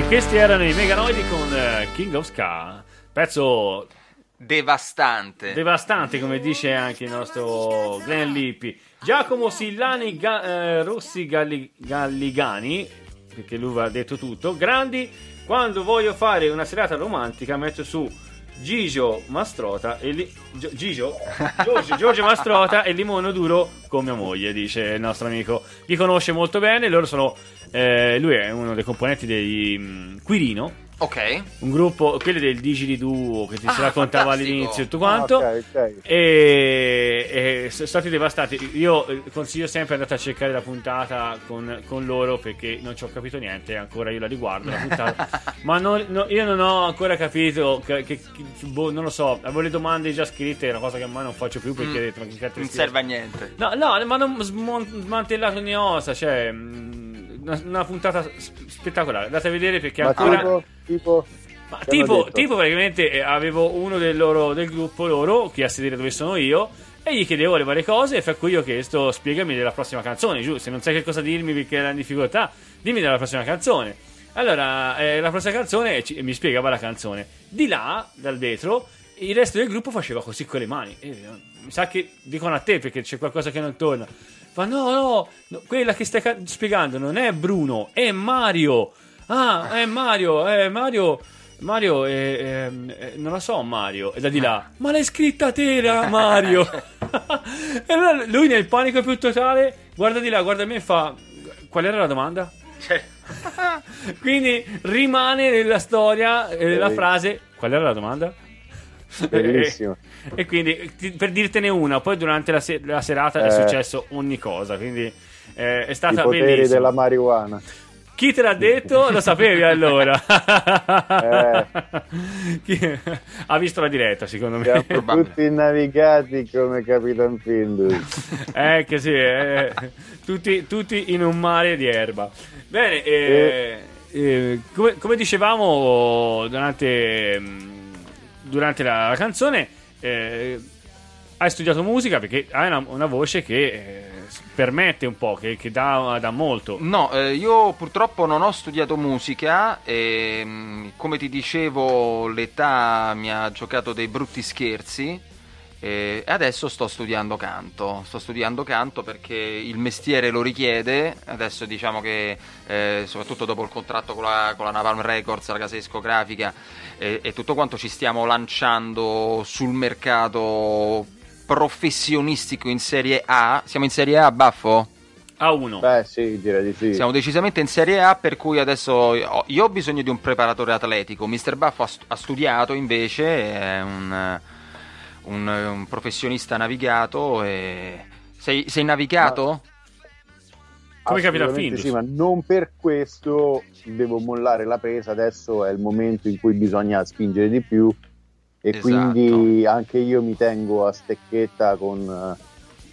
Speaker 3: questi erano i Meganoidi con uh, King of Ska, pezzo
Speaker 4: devastante,
Speaker 3: devastante come dice anche il nostro Glenn Lippi. Giacomo Sillani Ga- eh, Rossi Galli- Galligani, perché lui ha detto tutto. Grandi, quando voglio fare una serata romantica metto su Gigio Mastrota e li- Gio- Gigio Giorgio, Giorgio Mastrota e Limone Duro con mia moglie, dice il nostro amico. Li conosce molto bene, loro sono eh, lui è uno dei componenti dei um, Quirino.
Speaker 4: Ok.
Speaker 3: Un gruppo, quelli del Digili Duo che ti
Speaker 4: Ah,
Speaker 3: si raccontava
Speaker 4: fantastico.
Speaker 3: all'inizio e tutto quanto.
Speaker 5: Ah, ok, ok.
Speaker 3: E, e sono stati devastati. Io eh, consiglio sempre andate a cercare la puntata con, con loro, perché non ci ho capito niente. Ancora io la riguardo la puntata, ma non, no, io non ho ancora capito che, che, che- boh, non lo so. Avevo le domande già scritte, è una cosa che ormai non faccio più perché
Speaker 4: Mm.
Speaker 3: ho detto, ma che cazzo
Speaker 4: Non
Speaker 3: scrivo?
Speaker 4: serve a niente.
Speaker 3: No, no, ma non smon- smantellato né ossa, cioè mh, una, una puntata s- spettacolare. Andate a vedere perché
Speaker 5: Ma
Speaker 3: ancora
Speaker 5: tipo, tipo
Speaker 3: ma
Speaker 5: che hanno
Speaker 3: tipo,
Speaker 5: detto?
Speaker 3: tipo praticamente eh, avevo uno del loro del gruppo loro che a sedere dove sono io e gli chiedevo le varie cose e fra cui io ho chiesto spiegami della prossima canzone, giù, se non sai che cosa dirmi perché era in difficoltà, dimmi della prossima canzone. Allora, eh, la prossima canzone ci- mi spiegava la canzone. Di là, dal vetro, il resto del gruppo faceva così con le mani. E, eh, mi sa che dicono a te perché c'è qualcosa che non torna. Fa no, no, no, quella che stai ca- spiegando non è Bruno, è Mario. Ah, è Mario, è Mario. Mario, eh, ehm, eh, non la so Mario. E da di là, ma l'hai scritta te la Mario. E allora lui nel panico più totale guarda di là, guarda me e fa, qual era la domanda?
Speaker 4: Cioè,
Speaker 3: Quindi rimane nella storia eh, la
Speaker 5: Sì.
Speaker 3: frase, qual era la domanda?
Speaker 5: Bellissimo.
Speaker 3: E, e quindi ti- per dirtene una, poi durante la, se- la serata è
Speaker 5: Eh.
Speaker 3: successo ogni cosa, quindi eh, è
Speaker 5: I
Speaker 3: stata
Speaker 5: poteri
Speaker 3: bellissima.
Speaker 5: della marijuana.
Speaker 3: Chi te l'ha detto? Lo sapevi allora?
Speaker 5: Eh.
Speaker 3: Chi- ha visto la diretta, secondo me.
Speaker 5: Siamo
Speaker 4: Probabile.
Speaker 5: tutti navigati come Capitan Findus.
Speaker 3: Eh, che sì, eh, tutti, tutti in un mare di erba. Bene, eh, eh, come, come dicevamo durante, mh, durante la, la canzone, eh, hai studiato musica perché hai una, una voce che eh, permette un po', che, che dà, dà molto.
Speaker 4: no, eh, io purtroppo non ho studiato musica e mh, come ti dicevo l'età mi ha giocato dei brutti scherzi e adesso sto studiando canto. Sto studiando canto perché il mestiere lo richiede. Adesso diciamo che eh, soprattutto dopo il contratto con la, con la Napalm Records, la casa discografica e, e tutto quanto, ci stiamo lanciando sul mercato professionistico in Serie A. Siamo in Serie A, Baffo?
Speaker 3: A uno.
Speaker 5: Beh, sì, direi di sì.
Speaker 4: Siamo decisamente in Serie A, per cui adesso ho- io ho bisogno di un preparatore atletico. mister Baffo ha, stu- ha studiato invece, è un, un- un professionista navigato. E... Sei, sei navigato?
Speaker 3: Come Capitan
Speaker 5: Assolutamente
Speaker 3: Findus.
Speaker 5: sì, ma non per questo devo mollare la presa. Adesso è il momento in cui bisogna spingere di più e
Speaker 4: Esatto.
Speaker 5: quindi anche io mi tengo a stecchetta con eh,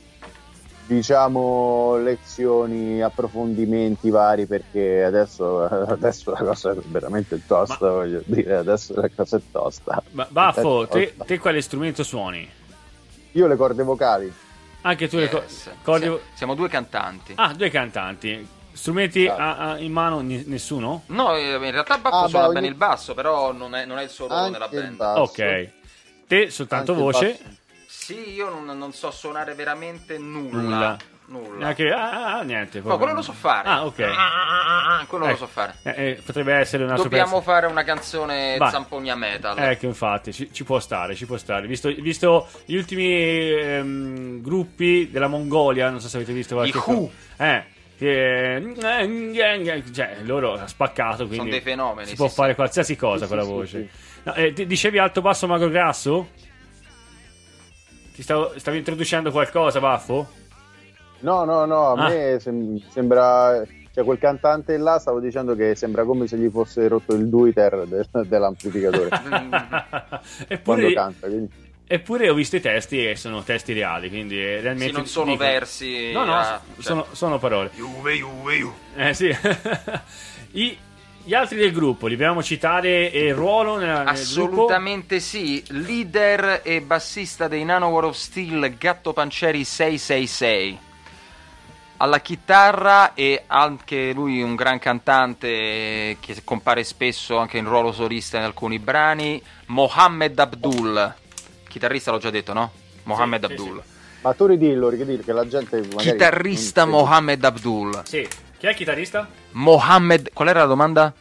Speaker 5: diciamo lezioni, approfondimenti vari, perché adesso, adesso la cosa è veramente tosta, voglio dire, adesso la cosa è tosta.
Speaker 3: Ma, Baffo,
Speaker 5: È
Speaker 3: te,
Speaker 5: tosta.
Speaker 3: te quale strumento suoni?
Speaker 5: Io le corde vocali.
Speaker 3: Anche tu le co-
Speaker 4: Yes.
Speaker 3: corde-
Speaker 4: Siamo, siamo due cantanti.
Speaker 3: Ah, due cantanti. Strumenti
Speaker 5: Esatto.
Speaker 3: a- a- in mano ni- nessuno?
Speaker 4: No, eh, in realtà Baffo
Speaker 5: Ah,
Speaker 4: suona
Speaker 5: beh,
Speaker 4: bene
Speaker 5: ogni-
Speaker 4: il basso, però non è, non è il suo ruolo
Speaker 5: Anche
Speaker 4: nella
Speaker 5: il
Speaker 4: band.
Speaker 5: basso.
Speaker 3: Ok. Te soltanto
Speaker 5: Anche il
Speaker 3: voce?
Speaker 5: basso.
Speaker 4: Sì, io non, non so suonare veramente nulla.
Speaker 3: Nulla.
Speaker 4: Nulla.
Speaker 3: Neanche ah, ah, niente.
Speaker 4: No, quello lo so fare.
Speaker 3: Ah, ok.
Speaker 4: Ah, ah, ah, quello lo
Speaker 3: Ecco.
Speaker 4: so fare.
Speaker 3: Eh, eh, potrebbe essere un altro
Speaker 4: Dobbiamo
Speaker 3: pezzo.
Speaker 4: fare una canzone
Speaker 3: Vai.
Speaker 4: zampogna metal.
Speaker 3: Ecco, infatti, ci, ci può stare, ci può stare. Visto, visto gli ultimi ehm, gruppi della Mongolia, non so se avete visto qualche
Speaker 4: I Who.
Speaker 3: co- Eh, che cioè, loro ha spaccato, quindi
Speaker 4: Sono dei fenomeni,
Speaker 3: si può
Speaker 4: sì,
Speaker 3: fare
Speaker 4: sì.
Speaker 3: qualsiasi cosa
Speaker 5: Sì,
Speaker 3: con la
Speaker 5: sì,
Speaker 3: voce.
Speaker 5: sì,
Speaker 3: No, eh, ti- dicevi alto, basso, magro, grasso? Ti stavo, stavi introducendo qualcosa, Baffo?
Speaker 5: No, no, no, a
Speaker 3: Ah.
Speaker 5: me sem- sembra, cioè quel cantante là, stavo dicendo che sembra come se gli fosse rotto il duiter de- dell'amplificatore quando
Speaker 3: eppure,
Speaker 5: canta, quindi.
Speaker 3: eppure ho visto i testi e sono testi reali, quindi eh,
Speaker 4: Sì,
Speaker 3: realmente
Speaker 4: non sono
Speaker 3: dicono-
Speaker 4: versi.
Speaker 3: No, no,
Speaker 4: ah,
Speaker 3: s-
Speaker 4: cioè,
Speaker 3: sono, sono parole.
Speaker 7: Juve, Juve, Juve.
Speaker 3: Eh sì. I- gli altri del gruppo, li dobbiamo citare e il ruolo nella, nel
Speaker 4: assolutamente sì. Leader e bassista dei Nano War of Steel, Gatto Pancieri sei sei sei. Alla chitarra, e anche lui un gran cantante che compare spesso anche in ruolo solista in alcuni brani, Mohammed Abdul. Chitarrista l'ho già detto, no? Mohammed
Speaker 3: Sì,
Speaker 4: Abdul.
Speaker 3: sì,
Speaker 5: Ma tu ridillo, che che la gente magari
Speaker 4: Chitarrista
Speaker 5: non-
Speaker 4: Mohammed Abdul.
Speaker 3: Sì. Chi è il chitarrista?
Speaker 4: Mohammed, qual era la domanda?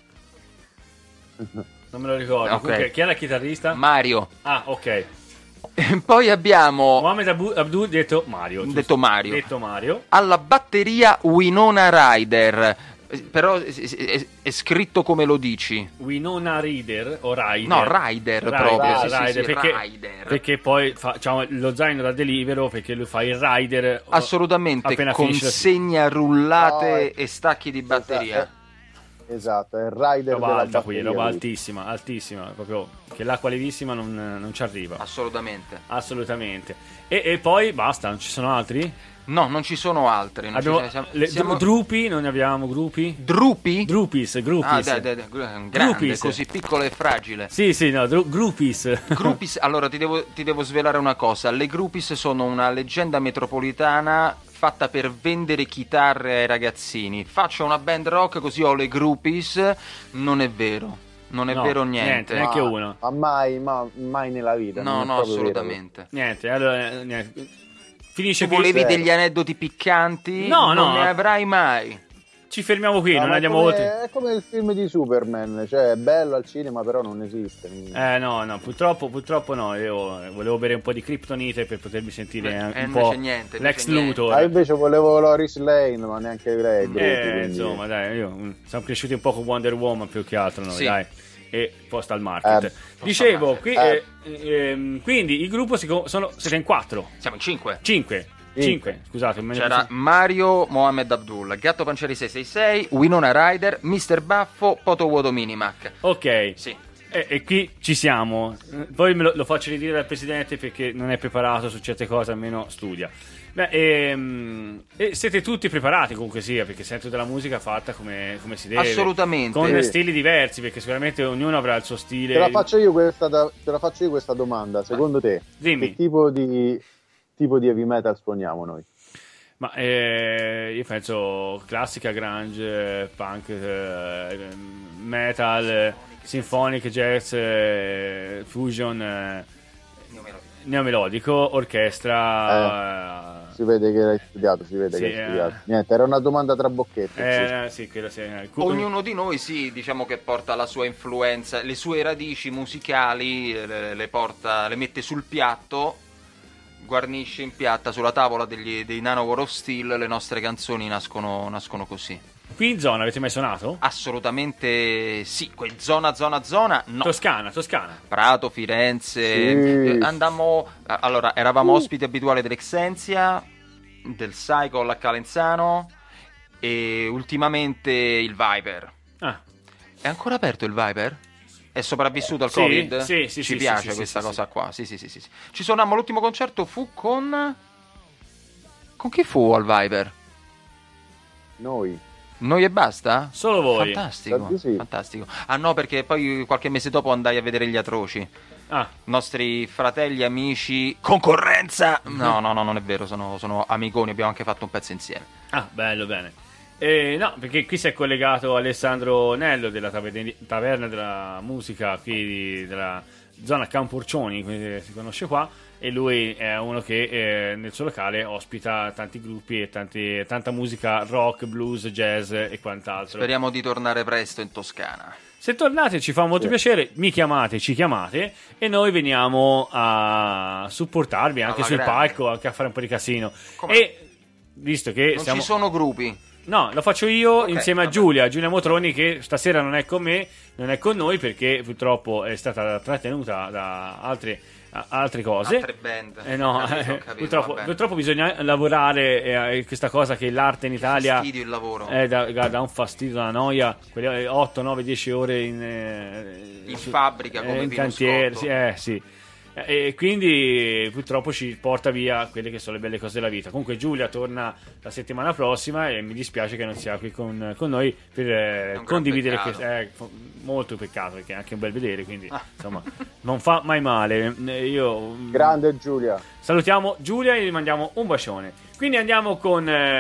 Speaker 3: Non me lo ricordo.
Speaker 4: Ok.
Speaker 3: Comunque, chi è la chitarrista?
Speaker 4: Mario.
Speaker 3: Ah, ok.
Speaker 4: E poi abbiamo
Speaker 3: Mohamed Abu- Abdul detto Mario. giusto?
Speaker 4: detto Mario.
Speaker 3: Detto Mario.
Speaker 4: Alla batteria Winona Ryder. Eh, Però è, è- è scritto come lo dici.
Speaker 3: Winona Ryder o Ryder?
Speaker 4: No, Ryder proprio, sì, sì,
Speaker 3: Ryder,
Speaker 4: sì,
Speaker 3: perché,
Speaker 4: Ryder.
Speaker 3: perché poi fa, diciamo, lo zaino da Delivero, perché lui fa il Rider
Speaker 4: Assolutamente,
Speaker 3: appena finisce la-
Speaker 4: consegna rullate
Speaker 5: No, è-
Speaker 4: e stacchi di batteria.
Speaker 5: Esatto, è il rider
Speaker 3: roba
Speaker 5: della
Speaker 3: alta qui,
Speaker 5: batteria,
Speaker 3: roba
Speaker 5: lui.
Speaker 3: altissima, altissima, proprio che l'acqua lievissima non, non ci arriva.
Speaker 4: Assolutamente.
Speaker 3: Assolutamente. E, e poi basta, non ci sono altri?
Speaker 4: No, non ci sono altri. Non
Speaker 3: Abbiamo
Speaker 4: ci siamo,
Speaker 3: le,
Speaker 4: siamo...
Speaker 3: Drupi, non ne abbiamo gruppi?
Speaker 4: Drupi?
Speaker 3: Grupis, grupis.
Speaker 4: Ah, dai, dai, dai, un grande,
Speaker 3: Grupis.
Speaker 4: così piccolo e fragile.
Speaker 3: Sì, sì, no, dru- grupis.
Speaker 4: Grupis, allora ti devo, ti devo svelare una cosa. Le Grupis sono una leggenda metropolitana fatta per vendere chitarre ai ragazzini. Faccio una band rock così ho le Grupis. Non è vero, non è
Speaker 3: No,
Speaker 4: vero
Speaker 3: niente,
Speaker 4: niente.
Speaker 3: neanche
Speaker 5: Ma-
Speaker 3: uno.
Speaker 5: Ma mai, ma mai nella vita.
Speaker 4: No,
Speaker 5: non è
Speaker 4: no,
Speaker 5: proprio vero.
Speaker 4: assolutamente.
Speaker 3: Niente, allora eh, niente. Finisce
Speaker 4: Tu
Speaker 3: qui.
Speaker 4: volevi
Speaker 5: Zero.
Speaker 4: degli aneddoti piccanti?
Speaker 3: No,
Speaker 4: non
Speaker 3: no.
Speaker 4: ne avrai mai.
Speaker 3: Ci fermiamo qui,
Speaker 5: No,
Speaker 3: non
Speaker 5: ma è
Speaker 3: andiamo
Speaker 5: come-
Speaker 3: oltre.
Speaker 5: È come il film di Superman, cioè è bello al cinema, però non esiste.
Speaker 3: Eh no, no, purtroppo, purtroppo no, io volevo bere un po' di kryptonite per potermi sentire
Speaker 4: Eh,
Speaker 3: un
Speaker 4: eh,
Speaker 3: po'
Speaker 4: invece niente,
Speaker 3: Lex
Speaker 4: invece niente.
Speaker 3: Luthor.
Speaker 5: Ah, invece volevo Loris Lane, ma neanche lei. Gruppi,
Speaker 3: Eh,
Speaker 5: quindi-
Speaker 3: insomma, dai, io mm, siamo cresciuti un po' con Wonder Woman più che altro noi,
Speaker 4: Sì.
Speaker 3: dai. E posta al market.
Speaker 5: Eh,
Speaker 3: Dicevo, qui,
Speaker 5: Eh.
Speaker 3: eh, ehm, quindi il gruppo si co- sono, siete in quattro,
Speaker 4: Siamo in cinque.
Speaker 3: cinque, cinque, scusate. me ne
Speaker 4: C'era
Speaker 3: penso-
Speaker 4: Mario, Mohammed Abdul, Gatto Pancieri sei sei sei, Winona Ryder, mister Baffo, Poto Vuoto Minimac.
Speaker 3: Ok,
Speaker 4: Sì.
Speaker 3: e, e qui ci siamo. Eh, Poi me lo, lo faccio ridire dal presidente perché non è preparato su certe cose, almeno studia. Beh, ehm, e siete tutti preparati comunque sia, perché sento della musica fatta come, come si deve.
Speaker 4: Assolutamente.
Speaker 3: Con
Speaker 5: Sì.
Speaker 3: stili diversi, perché sicuramente ognuno avrà il suo stile.
Speaker 5: Te la faccio io questa, da- te la faccio io questa domanda. Secondo te,
Speaker 3: Dimmi.
Speaker 5: che tipo di, tipo di heavy metal suoniamo noi?
Speaker 3: Ma eh, io penso classica, grunge, punk, eh, metal, eh, symphonic, jazz, eh, fusion, eh, neomelodico, orchestra.
Speaker 5: Si vede che l'hai studiato, si vede
Speaker 3: Sì,
Speaker 5: che hai
Speaker 3: eh.
Speaker 5: studiato. Niente, era una domanda tra bocchetti.
Speaker 3: Eh, sì, credo sia. Cu-
Speaker 4: Ognuno di noi, sì, diciamo che porta la sua influenza, le sue radici musicali, eh, le, le porta, le mette sul piatto, guarnisce in piatta sulla tavola degli, dei Nano War of Steel, le nostre canzoni nascono, nascono così.
Speaker 3: Qui in zona avete mai suonato?
Speaker 4: Assolutamente sì, quel zona zona zona no.
Speaker 3: Toscana, Toscana.
Speaker 4: Prato, Firenze,
Speaker 5: Sì.
Speaker 4: eh, andammo, allora eravamo ospiti abituali dell'Exenzia, del Cycle a Calenzano e ultimamente il Viper.
Speaker 3: Ah,
Speaker 4: È ancora aperto il Viper? È sopravvissuto al
Speaker 3: Sì,
Speaker 4: Covid?
Speaker 3: sì, sì,
Speaker 4: Ci
Speaker 3: sì,
Speaker 4: piace
Speaker 3: sì,
Speaker 4: questa
Speaker 3: sì,
Speaker 4: cosa qua. Sì, sì, sì, sì, sì. Ci suonammo, l'ultimo concerto fu con... Con chi fu al Viper?
Speaker 5: Noi.
Speaker 4: Noi e basta?
Speaker 3: solo voi.
Speaker 4: Fantastico,
Speaker 5: Infatti sì.
Speaker 4: fantastico. Ah no, perché poi qualche mese dopo andai a vedere gli Atroci.
Speaker 3: Ah,
Speaker 4: Nostri fratelli, amici, concorrenza. No, no, no, non è vero, sono, sono amiconi, abbiamo anche fatto un pezzo insieme.
Speaker 3: ah, bello, bene. Eh, no, perché qui si è collegato Alessandro Nello della Taverna, taverna della Musica qui di- della zona Campurcioni, come si conosce qua, e lui è uno che eh, nel suo locale ospita tanti gruppi e tanti- tanta musica rock, blues, jazz e quant'altro.
Speaker 4: Speriamo di tornare presto in Toscana.
Speaker 3: Se tornate ci fa molto piacere, mi chiamate, ci chiamate e noi veniamo a supportarvi anche
Speaker 4: Alla
Speaker 3: sul
Speaker 4: grande.
Speaker 3: palco, anche a fare un po' di casino.
Speaker 4: Come?
Speaker 3: E visto che
Speaker 4: Non
Speaker 3: siamo...
Speaker 4: ci sono gruppi.
Speaker 3: No, lo faccio io
Speaker 4: Ok,
Speaker 3: insieme a
Speaker 4: vabbè.
Speaker 3: Giulia, Giulia Motroni, che stasera non è con me, non è con noi perché purtroppo è stata trattenuta da altre, a- altre cose.
Speaker 4: Altre band.
Speaker 3: Eh no,
Speaker 4: Ho capito, ho
Speaker 3: eh,
Speaker 4: capito,
Speaker 3: purtroppo,
Speaker 4: vabbè.
Speaker 3: purtroppo bisogna lavorare eh, a questa cosa che l'arte in Italia
Speaker 4: Fastidio il lavoro.
Speaker 3: è da, da un fastidio, una noia, quelle otto, nove, dieci ore in, eh,
Speaker 4: In
Speaker 3: su-
Speaker 4: fabbrica come
Speaker 3: in
Speaker 4: Pino
Speaker 3: cantiere,
Speaker 4: Scotto.
Speaker 3: sì, eh, sì. Eh, E quindi purtroppo ci porta via quelle che sono le belle cose della vita. Comunque Giulia torna la settimana prossima e mi dispiace che non sia qui con, con noi per eh,
Speaker 4: un gran
Speaker 3: condividere
Speaker 4: peccato.
Speaker 3: questo. Eh, fo- molto peccato perché è anche un bel vedere, quindi insomma non fa mai male. Eh, Io mm,
Speaker 5: Grande Giulia.
Speaker 3: salutiamo Giulia e gli mandiamo un bacione. Quindi andiamo con eh,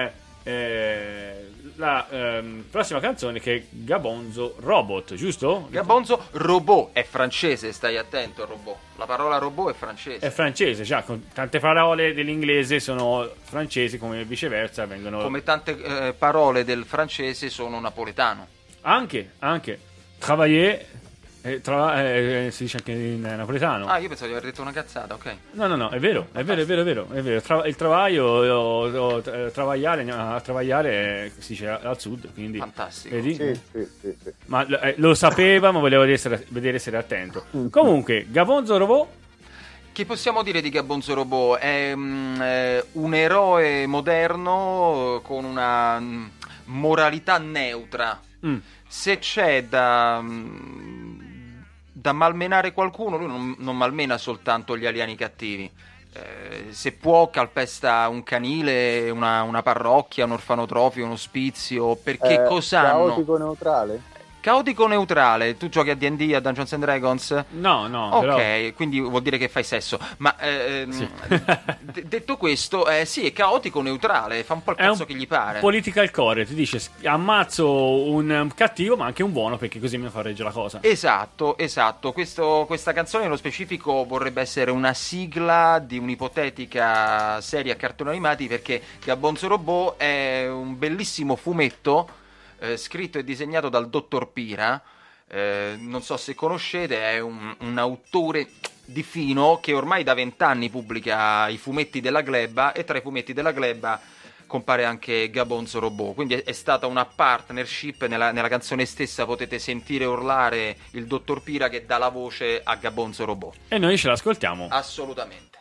Speaker 3: eh, la ehm, prossima canzone che è Gabonzo Robot, giusto?
Speaker 4: Gabonzo Robot, è francese, stai attento, robot. La parola robot è francese.
Speaker 3: È francese, già, con tante parole dell'inglese sono francesi, come viceversa vengono...
Speaker 4: Come tante eh, parole del francese sono napoletano.
Speaker 3: Anche, anche. Travailler, eh, tra- eh, si dice anche in napoletano.
Speaker 4: Ah, io pensavo di aver detto una cazzata, ok.
Speaker 3: No, no, no, è vero, è vero, è vero, è vero, è vero. Tra- il travaglio, o, o, eh, travagliare, a travagliare eh, si dice al sud, quindi...
Speaker 4: Fantastico.
Speaker 3: Vedi?
Speaker 5: Sì, sì, sì, sì.
Speaker 3: Ma eh, lo sapeva, ma voleva essere, vedere se era attento. Comunque, Gabonzo Robot,
Speaker 4: Che possiamo dire di Gabonzo Robot? È mm, eh, un eroe moderno con una mm, moralità neutra.
Speaker 3: mm,
Speaker 4: Se c'è da, mm, da malmenare qualcuno, lui non, non malmena soltanto gli alieni cattivi. Eh, se può calpesta un canile, una, una parrocchia, un orfanotrofio, un ospizio, perché
Speaker 5: Eh,
Speaker 4: cosa hanno?
Speaker 5: Caotico neutrale?
Speaker 4: Caotico neutrale, tu giochi a D and D, a Dungeons and Dragons?
Speaker 3: no, no,
Speaker 4: Ok,
Speaker 3: però...
Speaker 4: quindi vuol dire che fai sesso. Ma ehm,
Speaker 3: Sì.
Speaker 4: d- detto questo, eh, sì, è caotico neutrale, fa un po' il
Speaker 3: È
Speaker 4: cazzo
Speaker 3: un
Speaker 4: che gli pare.
Speaker 3: political core, ti dice ammazzo un um, cattivo ma anche un buono perché così mi fa reggere la cosa.
Speaker 4: Esatto, esatto. Questo- questa canzone nello specifico vorrebbe essere una sigla di un'ipotetica serie a cartoni animati, perché Gabonzo Robot è un bellissimo fumetto eh, scritto e disegnato dal dottor Pira. Eh, non so se conoscete, è un, un autore di fino che ormai da vent'anni pubblica i fumetti della Gleba, e tra i fumetti della Gleba compare anche Gabonzo Robot, quindi è, è stata una partnership. Nella, nella canzone stessa potete sentire urlare il dottor Pira che dà la voce a Gabonzo Robot.
Speaker 3: E noi ce l'ascoltiamo.
Speaker 4: Assolutamente.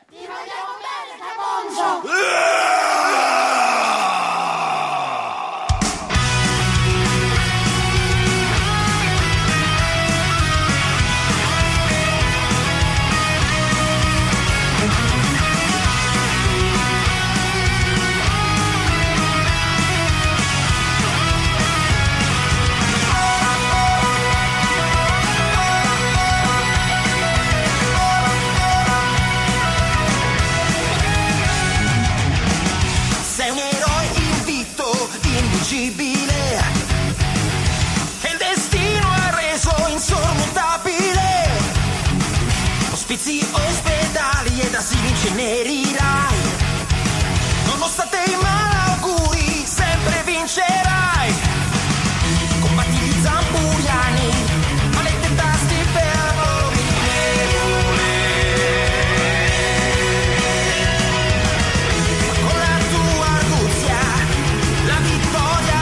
Speaker 2: Sei un eroe invicto, invincibile, e il destino ha reso insormontabile. Ospizi ospedali ed asili incenerirai, nonostante i malauguri sempre vincerai. Combatti gli zamburiani, ma le tentasti per loro con la tua arguzia la vittoria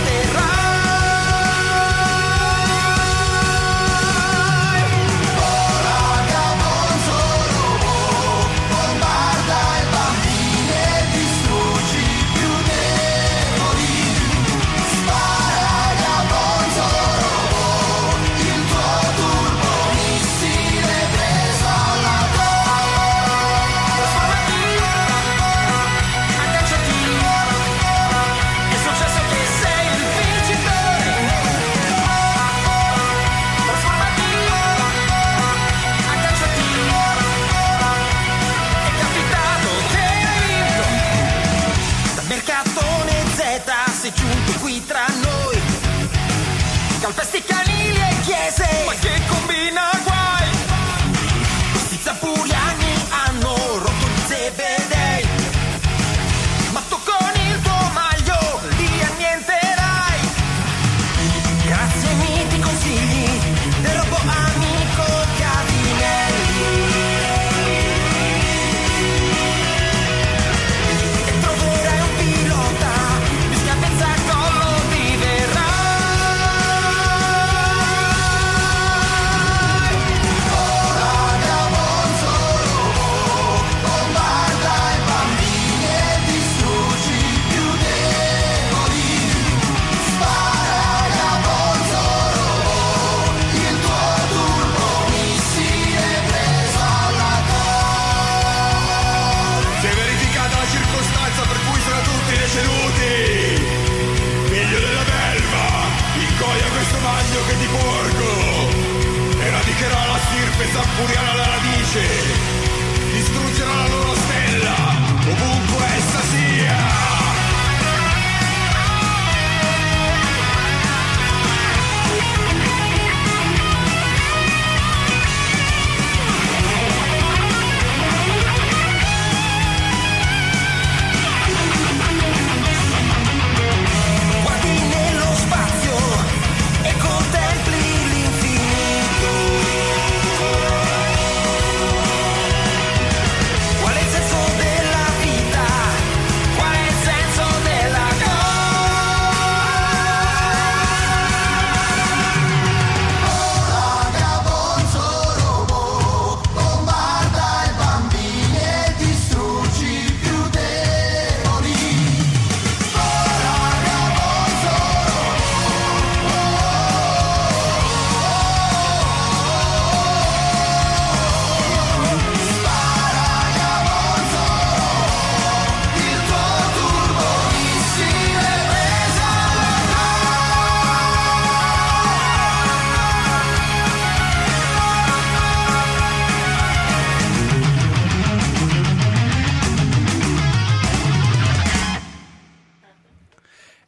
Speaker 2: vedrai. Ora Gabonzo Robot bombarda i bambini e distruggi più deboli. Spara Gabonzo Robot, il tuo turbo missile preso alla agganciati, è successo che sei il vincitore. Trasformati, agganciati, è capitato che hai vinto. Dal mercatone Z sei giunto qui tra noi, calpesti canili e chiese, ma che combina guai. Questi zampuriani hanno rotto gli zebedei, ma tu con il tuo maglio li annienterai. Grazie ai miti consigli del robot amico Cavinelli, e troverai un pilota di schiaffezza collo diverrai. Ora Gabonzo Robot bombarda i bambini e distruggi più deboli. Spara Gabonzo Robot, il tuo turbo missile preso alla
Speaker 7: Si è verificata la circostanza per cui sono tutti deceduti. Figlio della belva, ingoia questo magno che ti porgo, eradicherà la stirpe zampuriana alla radice, distruggerà la loro stella, ovunque essa sia.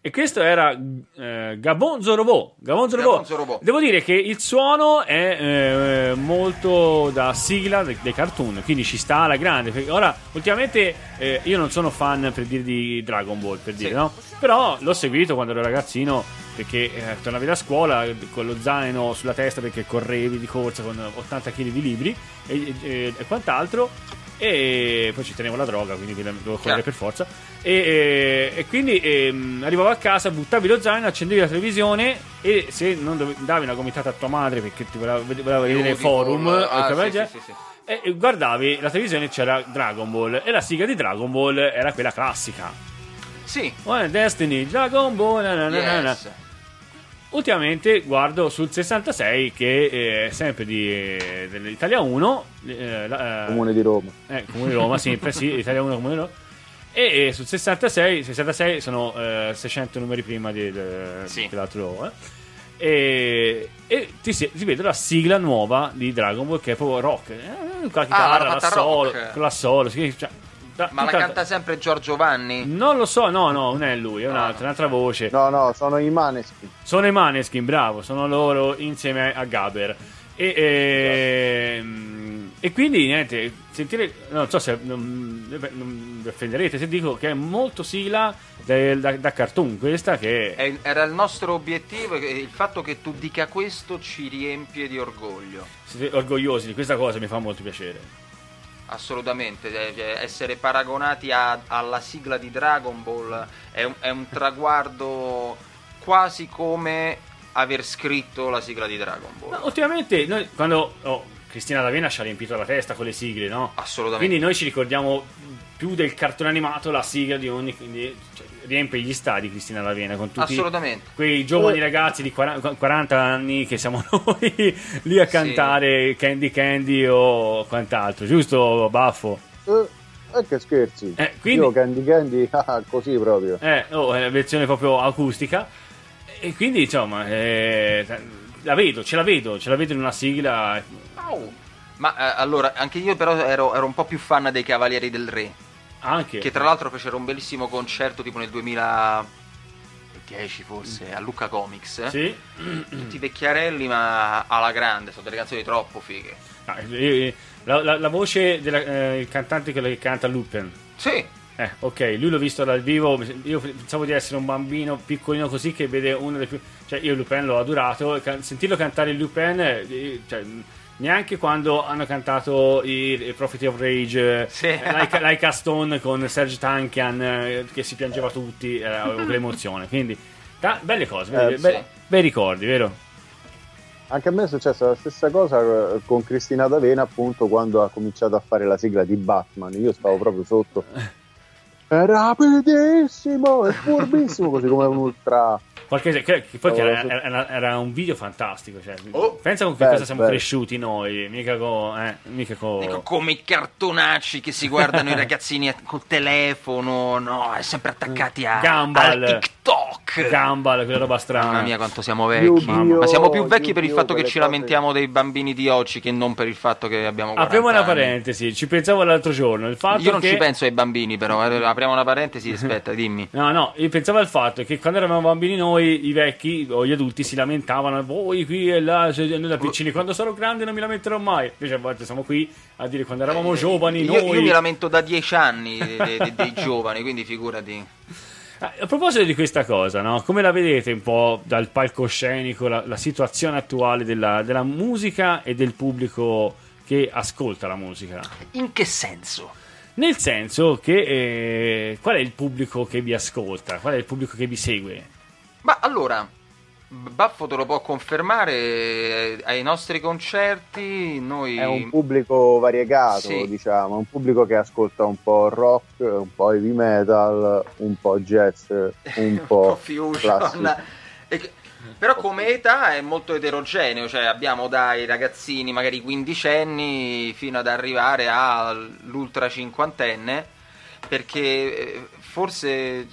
Speaker 3: E questo era eh, Gabonzo Robot. Gabonzo Robot.
Speaker 4: Gabonzo Robot.
Speaker 3: Devo dire che il suono è eh, molto da sigla dei, dei cartoon, quindi ci sta alla grande. Perché ora, ultimamente, eh, io non sono fan per dire di Dragon Ball, per dire,
Speaker 4: Sì.
Speaker 3: no? Però l'ho seguito quando ero ragazzino, perché eh, tornavi da scuola con lo zaino sulla testa perché correvi di corsa con ottanta chili di libri e, e, e quant'altro. E poi ci tenevo la droga, quindi dovevo correre
Speaker 4: Chiaro.
Speaker 3: per forza. E, e, e quindi ehm, arrivavo a casa, buttavi lo zaino, accendevi la televisione e se non dove, davi una gomitata a tua madre perché ti voleva, voleva vedere
Speaker 4: Udi
Speaker 3: forum
Speaker 4: con-
Speaker 3: o
Speaker 4: ah,
Speaker 3: cose del
Speaker 4: sì,
Speaker 3: genere,
Speaker 4: sì, sì, sì.
Speaker 3: e e guardavi la televisione, c'era Dragon Ball e la sigla di Dragon Ball era quella classica.
Speaker 4: Sì,
Speaker 3: Oh, Destiny, Dragon Ball, na, na, na, na.
Speaker 4: yes.
Speaker 3: Ultimamente guardo sul sessantasei che è sempre di, eh, dell'Italia uno, eh, la- eh,
Speaker 5: Comune di Roma.
Speaker 3: eh, Comune di Roma, sempre sì, Italia uno, Comune di Roma. E, e sul sessantasei, sessantasei sono eh, seicento numeri prima di, de-
Speaker 4: Sì.
Speaker 3: dell'altro. Eh. E, e ti, si, ti vedo la sigla nuova di Dragon Ball che è proprio rock. Eh, con la chitarra,
Speaker 4: l'hanno
Speaker 3: la
Speaker 4: fatta
Speaker 3: solo,
Speaker 4: rock.
Speaker 3: con la solo. sì, cioè, da-
Speaker 4: Ma la
Speaker 3: tutta-
Speaker 4: canta sempre Giorgio Vanni?
Speaker 3: Non lo so, no, no, non è lui, è
Speaker 4: Ah.
Speaker 3: un'altra, un'altra voce.
Speaker 5: No, no, sono i Maneskin.
Speaker 3: Sono i Maneskin, bravo, sono loro insieme a Gaber. E, ehm, e quindi niente, sentire, non so se non, non vi offenderete se dico che è molto sigla del- da, da cartoon questa che
Speaker 4: È- Era il nostro obiettivo e il fatto che tu dica questo ci riempie di orgoglio.
Speaker 3: siete orgogliosi di questa cosa, mi fa molto piacere.
Speaker 4: Assolutamente, eh, cioè, essere paragonati a- alla sigla di Dragon Ball è un, è un traguardo quasi come aver scritto la sigla di Dragon Ball.
Speaker 3: Ma ultimamente noi quando oh, Cristina D'Avena ci ha riempito la testa con le sigle, no?
Speaker 4: Assolutamente.
Speaker 3: Quindi noi ci ricordiamo più del cartone animato la sigla di ogni, quindi cioè, riempie gli stadi Cristina D'Avena con tutti
Speaker 4: Assolutamente.
Speaker 3: quei giovani ragazzi di quaranta, quaranta anni che siamo noi lì a cantare Candy Candy o quant'altro, giusto Baffo?
Speaker 5: Eh, eh, che scherzi.
Speaker 3: Eh, quindi-
Speaker 5: Io Candy Candy, ah, così proprio.
Speaker 3: Eh, oh, è la versione proprio acustica e quindi insomma eh, la vedo, ce la vedo, ce la vedo in una sigla.
Speaker 4: Au. Ma eh, allora, anche io però ero, ero un po' più fan dei Cavalieri del Re,
Speaker 3: Anche
Speaker 4: che tra l'altro fecero un bellissimo concerto tipo nel duemiladieci forse, a Lucca Comics. eh.
Speaker 3: sì.
Speaker 4: Tutti vecchiarelli ma alla grande, sono delle canzoni troppo fighe.
Speaker 3: Ah, eh, la, la- la voce del cantante, quello che canta Lupin.
Speaker 4: Sì,
Speaker 3: Eh, ok, lui l'ho visto dal vivo. Io pensavo di essere un bambino piccolino così che vede uno dei più. Cioè, io Lupin l'ho adorato. Can- sentirlo cantare il Lupin, eh, cioè, neanche quando hanno cantato i, i Prophet of Rage,
Speaker 4: Sì.
Speaker 3: eh, like, like a Stone con Serge Tankian, eh, che si piangeva tutti, eh, avevo quell'emozione. Quindi, ta- belle cose,
Speaker 5: Eh,
Speaker 3: be- be-
Speaker 4: sì.
Speaker 3: bei ricordi, vero?
Speaker 5: Anche a me è successa la stessa cosa eh, con Cristina D'Avena, appunto, quando ha cominciato a fare la sigla di Batman. Io stavo proprio sotto. È rapidissimo, è furbissimo, così come un ultra.
Speaker 3: Qualche, che, che poi
Speaker 5: Oh,
Speaker 3: era,
Speaker 5: sì.
Speaker 3: era- era un video fantastico. Cioè,
Speaker 4: Oh.
Speaker 3: pensa con che
Speaker 5: Bello,
Speaker 3: cosa siamo
Speaker 5: bello.
Speaker 3: cresciuti noi, mica con. Eh, mica con...
Speaker 4: dico, come i cartonacci che si guardano i ragazzini a- col telefono, no, è sempre attaccati a,
Speaker 3: Gumball.
Speaker 4: al TikTok.
Speaker 3: Gumball, quella roba strana.
Speaker 4: Mamma mia quanto siamo vecchi.
Speaker 5: Yu-Gi-Oh,
Speaker 4: Ma siamo più vecchi per il
Speaker 5: Yu-Gi-Oh,
Speaker 4: fatto che
Speaker 5: quelle
Speaker 4: ci
Speaker 5: cose.
Speaker 4: lamentiamo dei bambini di oggi che non per il fatto che abbiamo quaranta
Speaker 3: Apriamo una
Speaker 4: anni.
Speaker 3: parentesi, ci pensavo l'altro giorno. Il fatto
Speaker 4: Io non
Speaker 3: che...
Speaker 4: ci penso ai bambini però, eh, apriamo una parentesi, aspetta, dimmi.
Speaker 3: No, no, io pensavo al fatto che quando eravamo bambini noi, i vecchi o gli adulti si lamentavano, voi qui e là, cioè, noi da piccini, quando sarò grande non mi lamenterò mai. Invece a volte siamo qui a dire quando eravamo giovani
Speaker 4: Io,
Speaker 3: noi...
Speaker 4: io mi lamento da dieci anni dei, dei- dei giovani, quindi figurati.
Speaker 3: Ah, a proposito di questa cosa, no? Come la vedete un po' dal palcoscenico la, la situazione attuale della, della musica e del pubblico che ascolta la musica?
Speaker 4: In che senso?
Speaker 3: Nel senso che eh, qual è il pubblico che vi ascolta? Qual è il pubblico che vi segue?
Speaker 4: Ma allora, Baffo te lo può confermare, eh, ai nostri concerti noi...
Speaker 5: È un pubblico variegato,
Speaker 4: Sì.
Speaker 5: diciamo, un pubblico che ascolta un po' rock, un po' heavy metal, un po' jazz, un po'
Speaker 4: fusion.
Speaker 5: classico.
Speaker 4: E che- Però come età è molto eterogeneo, cioè abbiamo dai ragazzini magari quindicenni fino ad arrivare all'ultra cinquantenne, perché eh, forse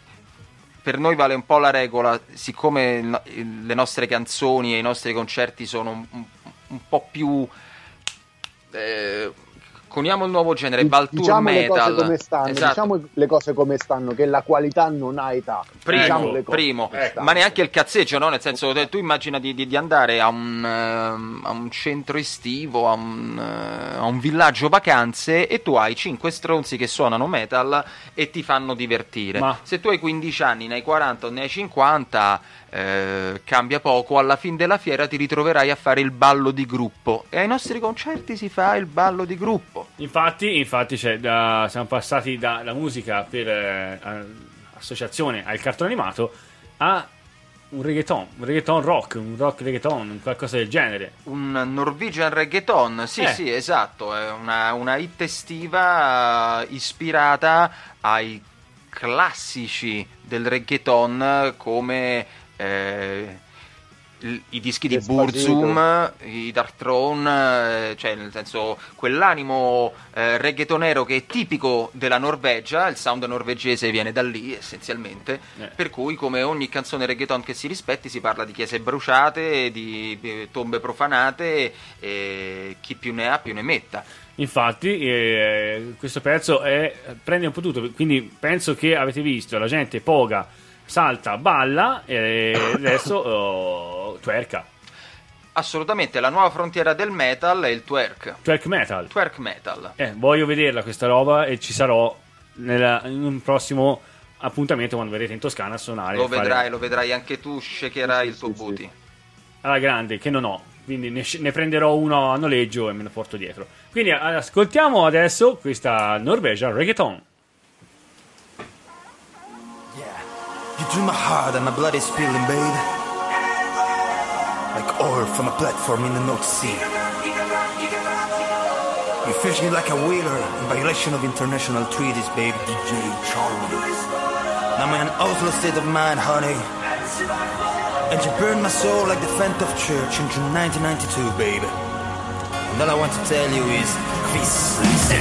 Speaker 4: per noi vale un po' la regola, siccome il no- il- le nostre canzoni e i nostri concerti sono un, un- un po' più eh, Coniamo il nuovo genere, Baltour
Speaker 5: diciamo
Speaker 4: Metal.
Speaker 5: le cose come stanno,
Speaker 4: Esatto.
Speaker 5: diciamo le cose come stanno, che la qualità non ha età.
Speaker 4: Primo,
Speaker 5: diciamo le cose
Speaker 4: primo.
Speaker 5: come stanno.
Speaker 4: Ma neanche il cazzeggio, no? Nel senso, tu immagina di, di, di andare a un, ehm, a un centro estivo, a un, eh, a un villaggio vacanze, e tu hai cinque stronzi che suonano metal e ti fanno divertire.
Speaker 3: Ma-
Speaker 4: Se tu hai quindici anni, ne hai quaranta o ne hai cinquanta, eh, cambia poco. Alla fine della fiera ti ritroverai a fare il ballo di gruppo, e ai nostri concerti si fa il ballo di gruppo.
Speaker 3: Infatti, infatti cioè, da- siamo passati dalla musica per eh, a- associazione al cartone animato a un reggaeton, un reggaeton rock, un rock reggaeton, un qualcosa del genere.
Speaker 4: Un Norwegian reggaeton, sì,
Speaker 3: Eh.
Speaker 4: sì, esatto, è una, una hit estiva eh, ispirata ai classici del reggaeton, come eh, il- i dischi di
Speaker 5: Despacito.
Speaker 4: Burzum, i Dark Throne, eh, cioè nel senso quell'animo eh, reggaetonero che è tipico della Norvegia, il sound norvegese viene da lì essenzialmente,
Speaker 3: Eh.
Speaker 4: per cui come ogni canzone reggaeton che si rispetti si parla di chiese bruciate, di eh, tombe profanate, e chi più ne ha più ne metta.
Speaker 3: Infatti, eh, questo pezzo è, prende un po' tutto, quindi penso che avete visto, la gente poga, salta, balla e adesso oh, twerka,
Speaker 4: Assolutamente, la nuova frontiera del metal è il twerk.
Speaker 3: twerk metal.
Speaker 4: Twerk metal.
Speaker 3: Eh, voglio vederla questa roba e ci sarò nella- in un prossimo appuntamento quando verrete in Toscana a suonare.
Speaker 4: Lo
Speaker 3: e fare-
Speaker 4: vedrai, lo vedrai anche tu, shakerai il tuo
Speaker 5: sì, sì.
Speaker 4: booty.
Speaker 3: alla grande, che non ho, quindi ne, ne prenderò uno a noleggio e me lo porto dietro. Quindi a- ascoltiamo adesso questa Norwegian reggaeton.
Speaker 9: You drew my heart and my blood is spilling, babe. Like oil from a platform in the North Sea. You fish me like a whaler in violation of international treaties, babe. D J Charlie. Now I'm in an Oslo state of mind, honey. And you burned my soul like the Fent of Church in June nineteen ninety-two, baby. And all I want to tell you is, peace.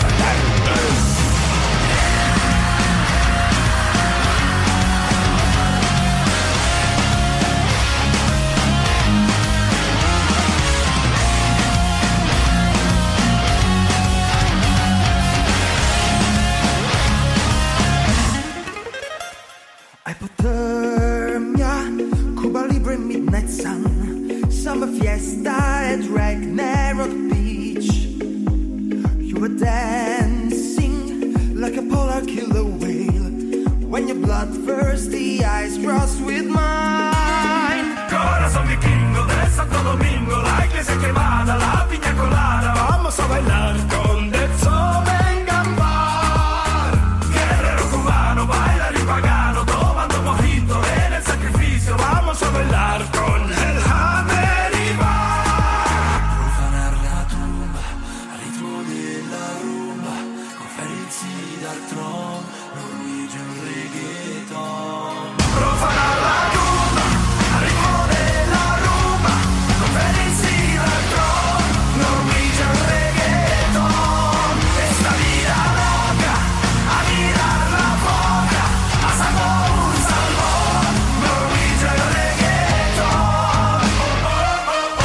Speaker 10: Hypothermia, Cuba Libre, midnight sun, summer fiesta at Ragnarok Beach. You were dancing like a polar killer whale when your bloodthirsty eyes crossed with mine.
Speaker 7: Corazón vikingo de Santo Domingo, la iglesia quemada, la piña colada, vamos a bailar con Dezzo Vengambar. Guerrero cubano, bailar y pagano, tomando mojito en el sacrificio, vamos a bailar con el Hammer y Bar. Profanar la tumba, al ritmo della rumba, conferenzi dal trono, Norwegian reggaeton. Profanar la tumba, al ritmo della rumba, conferenzi dal trono, Norwegian reggaeton. Esta vida loca, a mirar la boca, a saco un salmón, Norwegian reggaeton. Oh, oh, oh,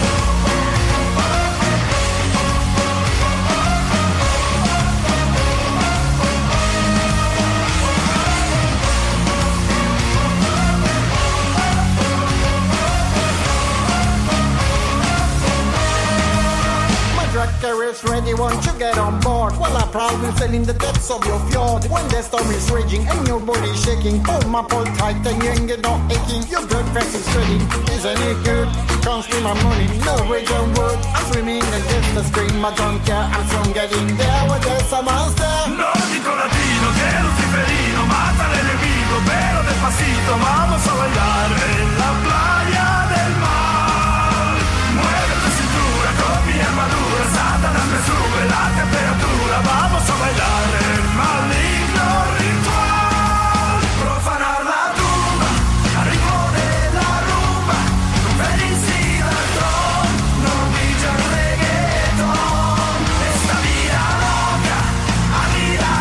Speaker 10: My tracker is ready, won't you get on board? Well, I'm proudly sailing the depths of your fjord. When the storm is raging and your body shaking, hold my pole tight and you ain't get no aching. Your blood press is ready, isn't it good? Can't steal my money, no rage on wood. I'm swimming against the stream, I don't care, I'm soon getting there where there's a monster.
Speaker 7: Nórdico latino que luciferino mata al enemigo, pero despacito vamos a bailar en la playa del mar. Mueve tu cintura con mi armadura, Satanás me sube la temperatura, vamos a bailar el maligno ritual. Profanar la tumba, al ritmo de la rumba, conferenzi dal trono, Norwegian reggaeton. Esta vida loca, a mirar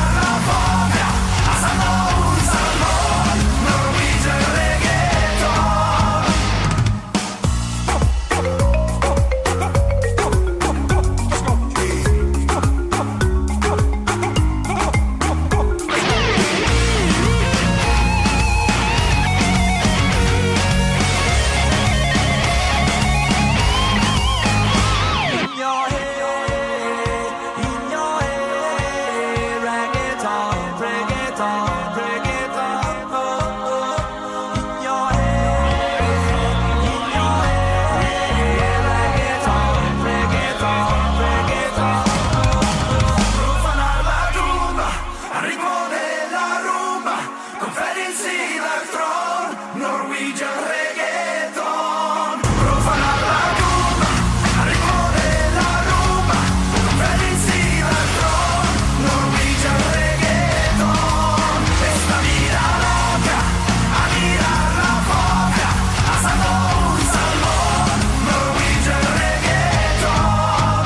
Speaker 7: Silver Throne, Norwegian reggaeton, profana la curva, arrivo della ruba, Freddy Silver Throne, Norwegian reggaeton, esta vida loca, a mirar la foca, asando un salmón, Norwegian reggaeton.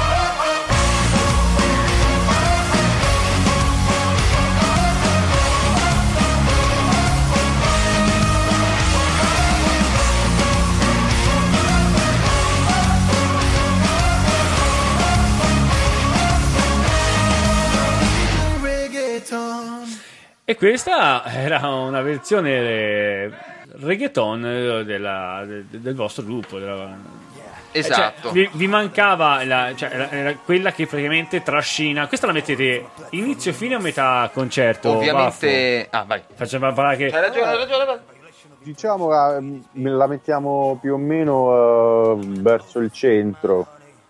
Speaker 3: E questa era una versione reggaeton della- de- del vostro gruppo. della-
Speaker 4: Esatto.
Speaker 3: Cioè, vi, vi mancava la- cioè, era, era quella che praticamente trascina. Questa la mettete inizio, fine o metà concerto?
Speaker 4: Ovviamente. Ah, vai.
Speaker 3: Vaffo? Facciamo parlare che.
Speaker 4: Hai ragione, hai ragione. vai.
Speaker 5: Diciamo che eh, la mettiamo più o meno eh, verso il centro,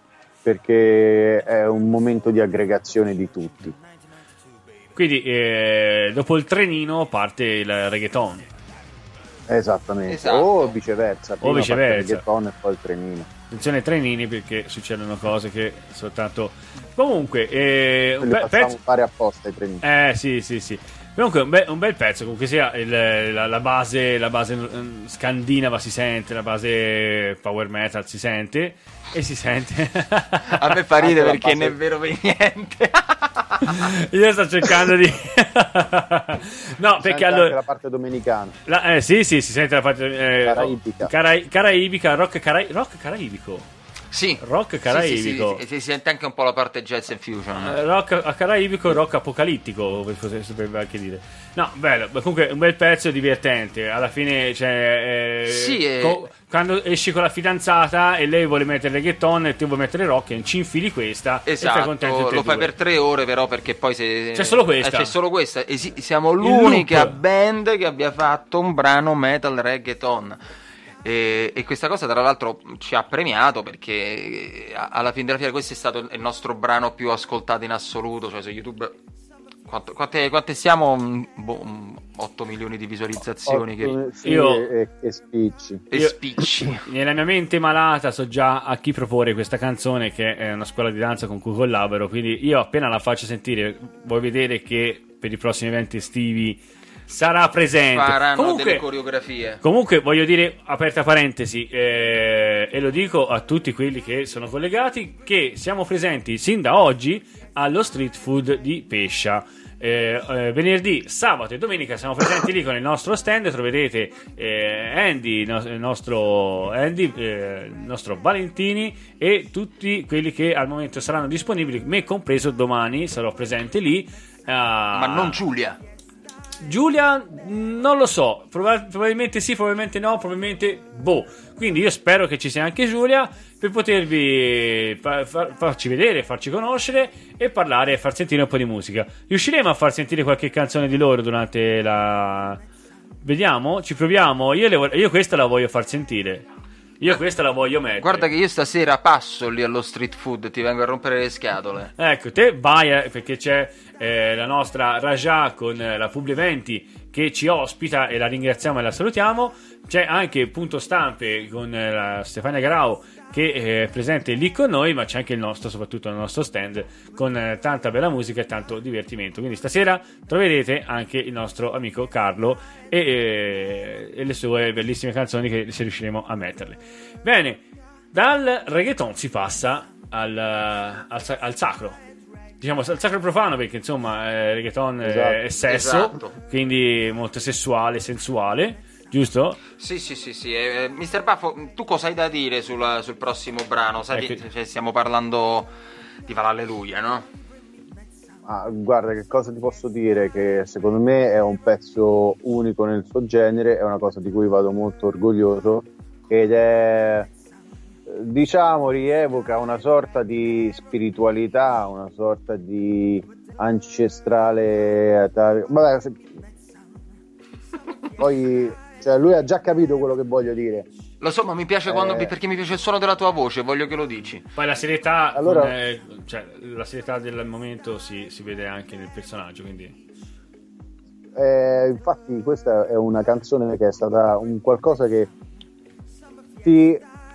Speaker 5: perché è un momento di aggregazione di tutti.
Speaker 3: Quindi eh, dopo il trenino parte il reggaeton.
Speaker 5: Esattamente.
Speaker 4: Esatto.
Speaker 5: O viceversa. prima parte
Speaker 3: viceversa.
Speaker 5: il reggaeton e poi il trenino.
Speaker 3: Attenzione ai trenini perché succedono cose che soltanto. Comunque, eh, un
Speaker 5: Li
Speaker 3: bel
Speaker 5: facciamo
Speaker 3: pezzo.
Speaker 5: fare apposta i trenini.
Speaker 3: Eh sì, sì, sì. Comunque un, be- un bel pezzo, comunque sia il- la, la base, la base mm, scandinava si sente, la base power metal si sente e si sente.
Speaker 4: A me fa ridere
Speaker 5: la
Speaker 4: perché
Speaker 5: base-
Speaker 4: non è vero per niente.
Speaker 3: Io sto cercando di. No, perché
Speaker 5: Sente
Speaker 3: allora.
Speaker 5: anche la parte domenicana.
Speaker 3: La- eh, sì, sì, si sente la parte. Eh,
Speaker 5: Caraibica.
Speaker 3: Cara- caraibica, rock, cara- rock caraibico.
Speaker 4: Sì.
Speaker 3: Rock
Speaker 4: Sì, sì,
Speaker 3: caraibico.
Speaker 4: sì, sì, si sente anche un po' la parte jazz and fusion.
Speaker 3: Eh, rock a caraibico, rock apocalittico, per così si potrebbe anche dire. No, bello, ma comunque un bel pezzo divertente. Alla fine, cioè, eh,
Speaker 4: Sì, eh.
Speaker 3: co- quando esci con la fidanzata e lei vuole mettere reggaeton e tu vuoi mettere rock, e ci infili questa e stai contento
Speaker 4: Esatto,
Speaker 3: tutti e
Speaker 4: lo fai
Speaker 3: due.
Speaker 4: per tre ore però perché poi se...
Speaker 3: C'è solo questa.
Speaker 4: Eh, c'è solo questa. E sì, siamo l'unica
Speaker 3: loop.
Speaker 4: band che abbia fatto un brano metal reggaeton. E, e questa cosa tra l'altro ci ha premiato perché eh, alla fine della fiera questo è stato il nostro brano più ascoltato in assoluto, cioè su YouTube quanto- quante, quante siamo? Mm, boh, mm, otto milioni di visualizzazioni che...
Speaker 5: Otto- sì,
Speaker 3: Io-
Speaker 5: e, e spicci.
Speaker 4: e
Speaker 3: Io-
Speaker 4: spicci.
Speaker 3: Nella mia mente malata so già a chi proporre questa canzone, che è una scuola di danza con cui collaboro, quindi io appena la faccio sentire vuoi vedere che per i prossimi eventi estivi sarà presente.
Speaker 4: Faranno
Speaker 3: Comunque,
Speaker 4: delle coreografie.
Speaker 3: Comunque voglio dire, aperta parentesi, eh, e lo dico a tutti quelli che sono collegati, che siamo presenti sin da oggi allo street food di Pescia. Eh, eh, venerdì, sabato e domenica siamo presenti lì con il nostro stand. Troverete eh, Andy, il no- il nostro Andy, eh, il nostro Valentini e tutti quelli che al momento saranno disponibili, me compreso. Domani sarò presente lì.
Speaker 4: Ma non Giulia.
Speaker 3: Giulia, non lo so, proba- probabilmente sì, probabilmente no, probabilmente boh. Quindi io spero che ci sia anche Giulia per potervi fa- fa- farci vedere, farci conoscere e parlare e far sentire un po' di musica. Riusciremo a far sentire qualche canzone di loro durante la... Vediamo, ci proviamo. Io, le vo- io questa la voglio far sentire. Io questa la voglio mettere.
Speaker 4: Guarda che io stasera passo lì allo street food, ti vengo a rompere le scatole.
Speaker 3: Ecco, te vai eh, perché c'è eh, la nostra Raja con eh, la Publi Eventi che ci ospita e la ringraziamo e la salutiamo. C'è anche Punto Stampe con eh, la Stefania Garau che è presente lì con noi, ma c'è anche il nostro, soprattutto il nostro stand con eh, tanta bella musica e tanto divertimento. Quindi stasera troverete anche il nostro amico Carlo e, eh, e le sue bellissime canzoni, che se riusciremo a metterle. Bene, dal reggaeton si passa al, al, sa- al sacro, diciamo al sacro profano, perché insomma eh, reggaeton eh,
Speaker 5: Esatto.
Speaker 3: è sesso,
Speaker 4: Esatto.
Speaker 3: quindi molto sessuale, sensuale, giusto?
Speaker 4: Sì, sì, sì, sì. Eh, mister Baffo, tu cosa hai da dire sul, sul prossimo brano? Sai,
Speaker 3: Ecco.
Speaker 4: di- cioè, stiamo parlando di Vallalleluia, no?
Speaker 5: Ah, guarda, che cosa ti posso dire? Che secondo me è un pezzo unico nel suo genere, è una cosa di cui vado molto orgoglioso ed è, diciamo, rievoca una sorta di spiritualità, una sorta di ancestrale. Vabbè, se- poi, cioè, lui ha già capito quello che voglio dire.
Speaker 4: Lo so, ma mi piace quando
Speaker 5: Eh.
Speaker 4: perché mi piace il suono della tua voce, voglio che lo dici.
Speaker 3: Poi la serietà,
Speaker 5: Allora-
Speaker 3: con, eh, cioè, la serietà del momento si, si vede anche nel personaggio, quindi
Speaker 5: eh, infatti questa è una canzone che è stata un qualcosa che ti...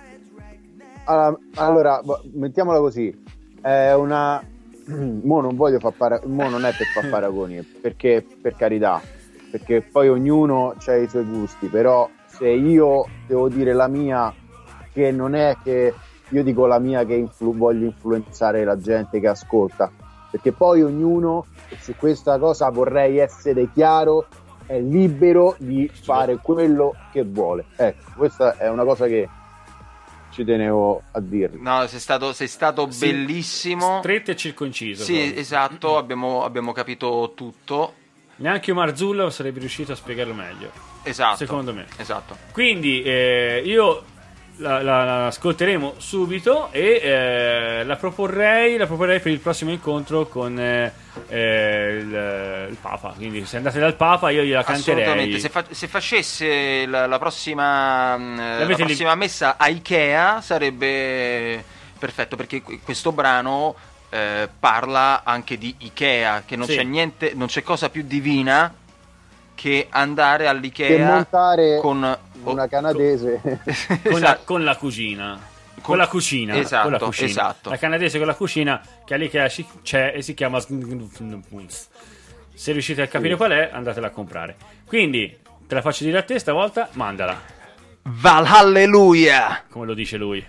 Speaker 5: Allora, mettiamola così, è una... Mo non voglio far para... Mo non è per far paragoni, perché per carità, perché poi ognuno ha i suoi gusti, però se io devo dire la mia, che non è che io dico la mia che influ... voglio influenzare la gente che ascolta, perché poi ognuno, su questa cosa vorrei essere chiaro, è libero di fare quello che vuole. Ecco, questa è una cosa che ci tenevo a dirvi.
Speaker 4: No, sei stato, sei stato
Speaker 3: Sì,
Speaker 4: bellissimo.
Speaker 3: Stretto e circonciso.
Speaker 4: Sì,
Speaker 3: proprio.
Speaker 4: esatto, abbiamo, abbiamo capito tutto.
Speaker 3: Neanche Marzullo sarebbe riuscito a spiegarlo meglio.
Speaker 4: Esatto.
Speaker 3: Secondo me.
Speaker 4: Esatto.
Speaker 3: Quindi eh, io la, la, la ascolteremo subito e eh, la proporrei la proporrei per il prossimo incontro con eh, eh, il, il Papa. Quindi se andate dal Papa io gliela canterei.
Speaker 4: Assolutamente. Se, fa- se facesse la, la prossima, la
Speaker 3: L'avete
Speaker 4: prossima
Speaker 3: lì-
Speaker 4: messa a Ikea sarebbe perfetto, perché que- questo brano eh, parla anche di Ikea, che non
Speaker 3: Sì.
Speaker 4: c'è niente, non c'è cosa più divina che andare all'Ikea
Speaker 5: Che montare
Speaker 4: con
Speaker 5: una canadese
Speaker 3: con, la,
Speaker 4: Esatto.
Speaker 3: con la cucina. Con la cucina,
Speaker 4: Esatto,
Speaker 3: con la cucina.
Speaker 4: esatto.
Speaker 3: La canadese con la cucina che all'Ikea ci- c'è e si chiama. Se riuscite a capire
Speaker 5: Sì.
Speaker 3: qual è, andatela a comprare. Quindi te la faccio dire a te stavolta, mandala,
Speaker 4: Valhalleluja.
Speaker 3: come lo dice lui.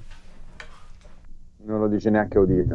Speaker 5: non lo dice neanche Odino.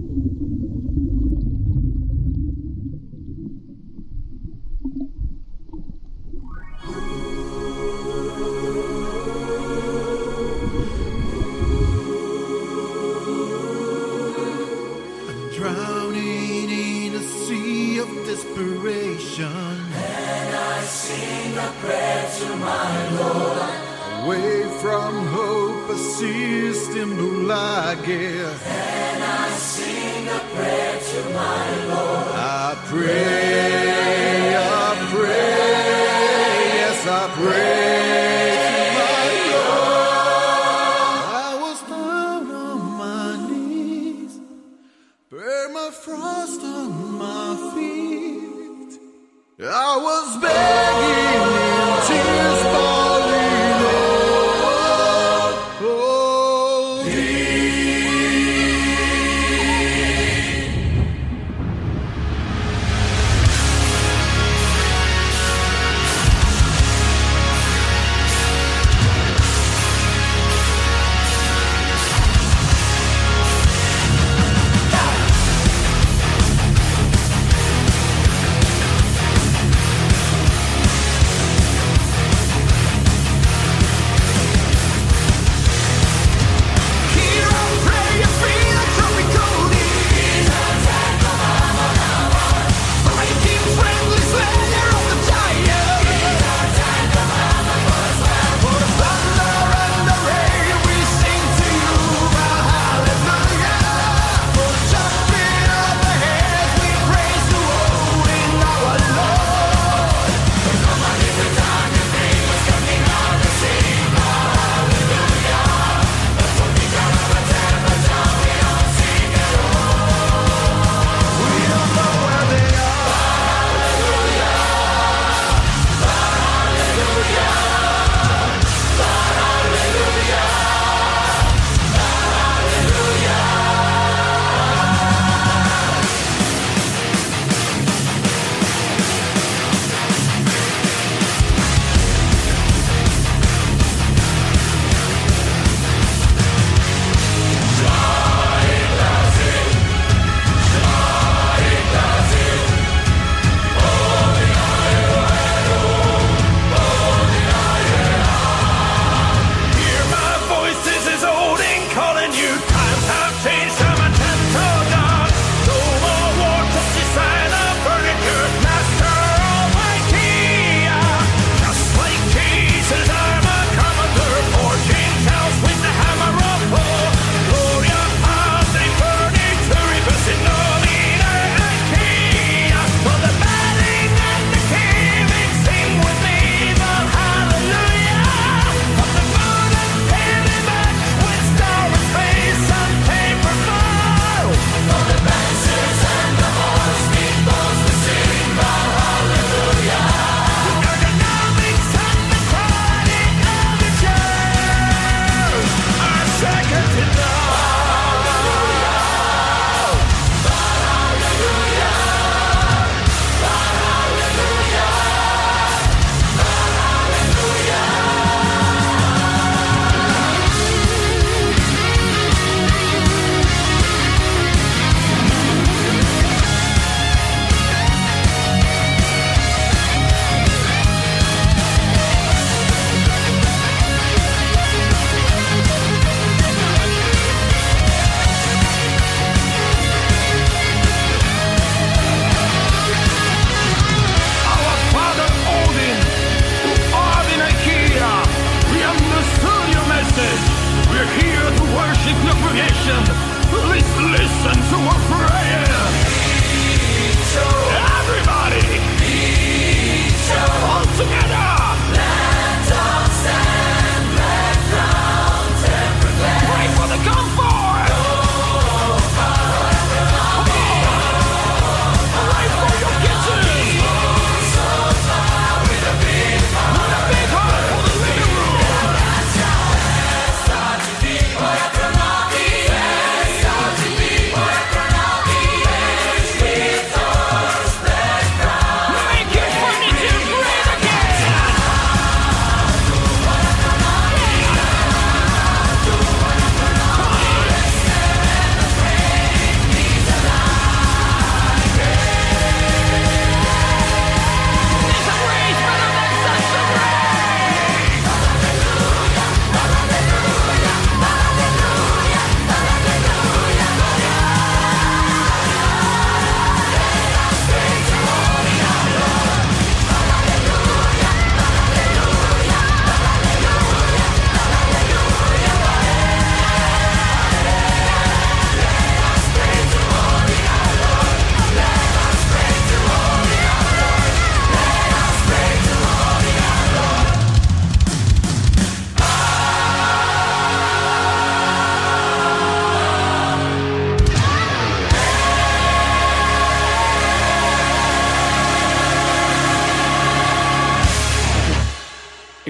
Speaker 7: Drowning in a sea of desperation.
Speaker 2: And I sing a prayer to my Lord.
Speaker 7: Away from hope, a system blue like air.
Speaker 2: And I sing a prayer to my Lord.
Speaker 7: I pray, I pray, yes, I pray to my Lord. I was down on my knees, burn my frost on my feet. I was begging in tears, falling, oh, oh,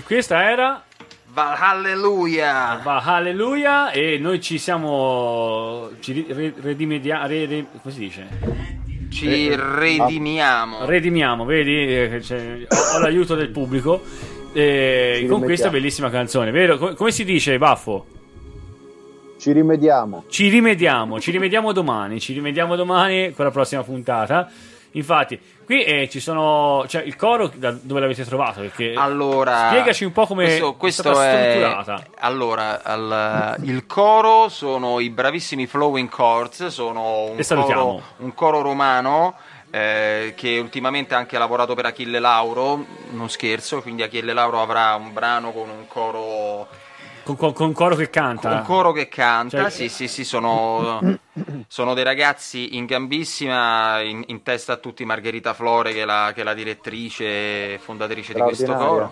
Speaker 3: questa era
Speaker 4: Valhalleluja.
Speaker 3: Valhalleluja, e noi ci siamo ci re, redimedia, re, re, come si dice?
Speaker 4: Ci redimiamo.
Speaker 3: Redimiamo, vedi? Eh, cioè, ho, ho l'aiuto del pubblico eh, con questa bellissima canzone, vero? Come, come si dice, Baffo?
Speaker 5: Ci rimediamo.
Speaker 3: Ci rimediamo, ci rimediamo domani, ci rimediamo domani con la prossima puntata. Infatti, qui eh, ci sono, cioè il coro da dove l'avete trovato? Perché
Speaker 4: allora,
Speaker 3: spiegaci un po' come
Speaker 4: questo, questo
Speaker 3: è stata
Speaker 4: è
Speaker 3: strutturata.
Speaker 4: Allora, al, il coro sono i bravissimi Flowing Chords, sono un, coro, un coro romano eh, che ultimamente ha anche lavorato per Achille Lauro, non scherzo, quindi Achille Lauro avrà un brano con un coro...
Speaker 3: Con, con, con coro che canta.
Speaker 4: Con coro che canta,
Speaker 3: cioè,
Speaker 4: sì, sì, sì, sono, sono dei ragazzi in gambissima, in, in testa a tutti Margherita Flore, che è la, che è la direttrice e fondatrice di questo coro.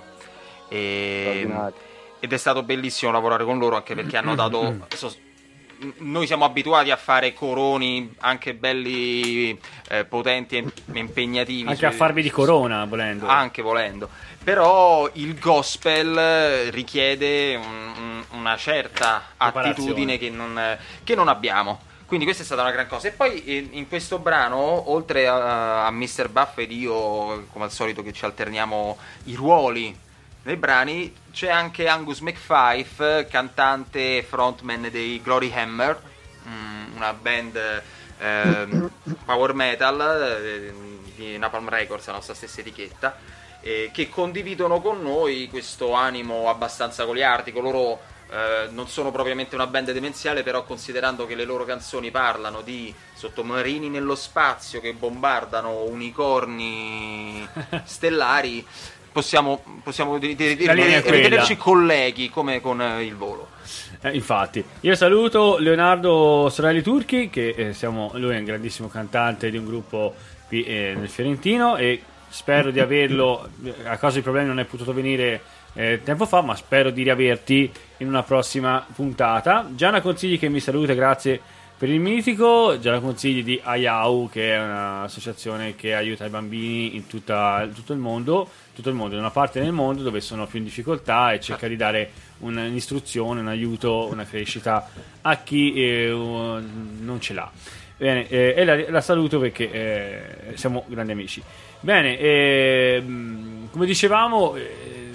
Speaker 4: E, ed è stato bellissimo lavorare con loro, anche perché hanno dato... So, noi siamo abituati a fare coroni anche belli eh, potenti e impegnativi.
Speaker 3: Anche a farvi di corona, volendo.
Speaker 4: Anche volendo. Però il gospel richiede un, una certa attitudine che non, che non abbiamo. Quindi questa è stata una gran cosa. E poi in questo brano, oltre a, a mister Buff ed io, come al solito che ci alterniamo i ruoli nei brani, c'è anche Angus McFife, cantante e frontman dei Glory Hammer, una band eh, power metal eh, di Napalm Records, la nostra stessa etichetta, eh, che condividono con noi questo animo abbastanza goliardico. Loro eh, non sono propriamente una band demenziale, però considerando che le loro canzoni parlano di sottomarini nello spazio che bombardano unicorni stellari, possiamo, possiamo di, di, di, ritenerci colleghi come con eh, il volo.
Speaker 3: Eh, infatti, io saluto Leonardo Sorelli Turchi, che eh, siamo, lui è un grandissimo cantante di un gruppo qui eh, nel Fiorentino, e spero di averlo, a causa dei problemi non è potuto venire eh, tempo fa, ma spero di riaverti in una prossima puntata. Gianna Consigli che mi saluta, grazie per il mitico. Gianna Consigli di Ayau, che è un'associazione che aiuta i bambini in tutta, tutto il mondo, tutto il mondo, in una parte del mondo dove sono più in difficoltà, e cerca di dare un'istruzione, un aiuto, una crescita a chi eh, non ce l'ha. Bene, eh, e la, la saluto perché eh, siamo grandi amici. Bene, eh, come dicevamo, eh,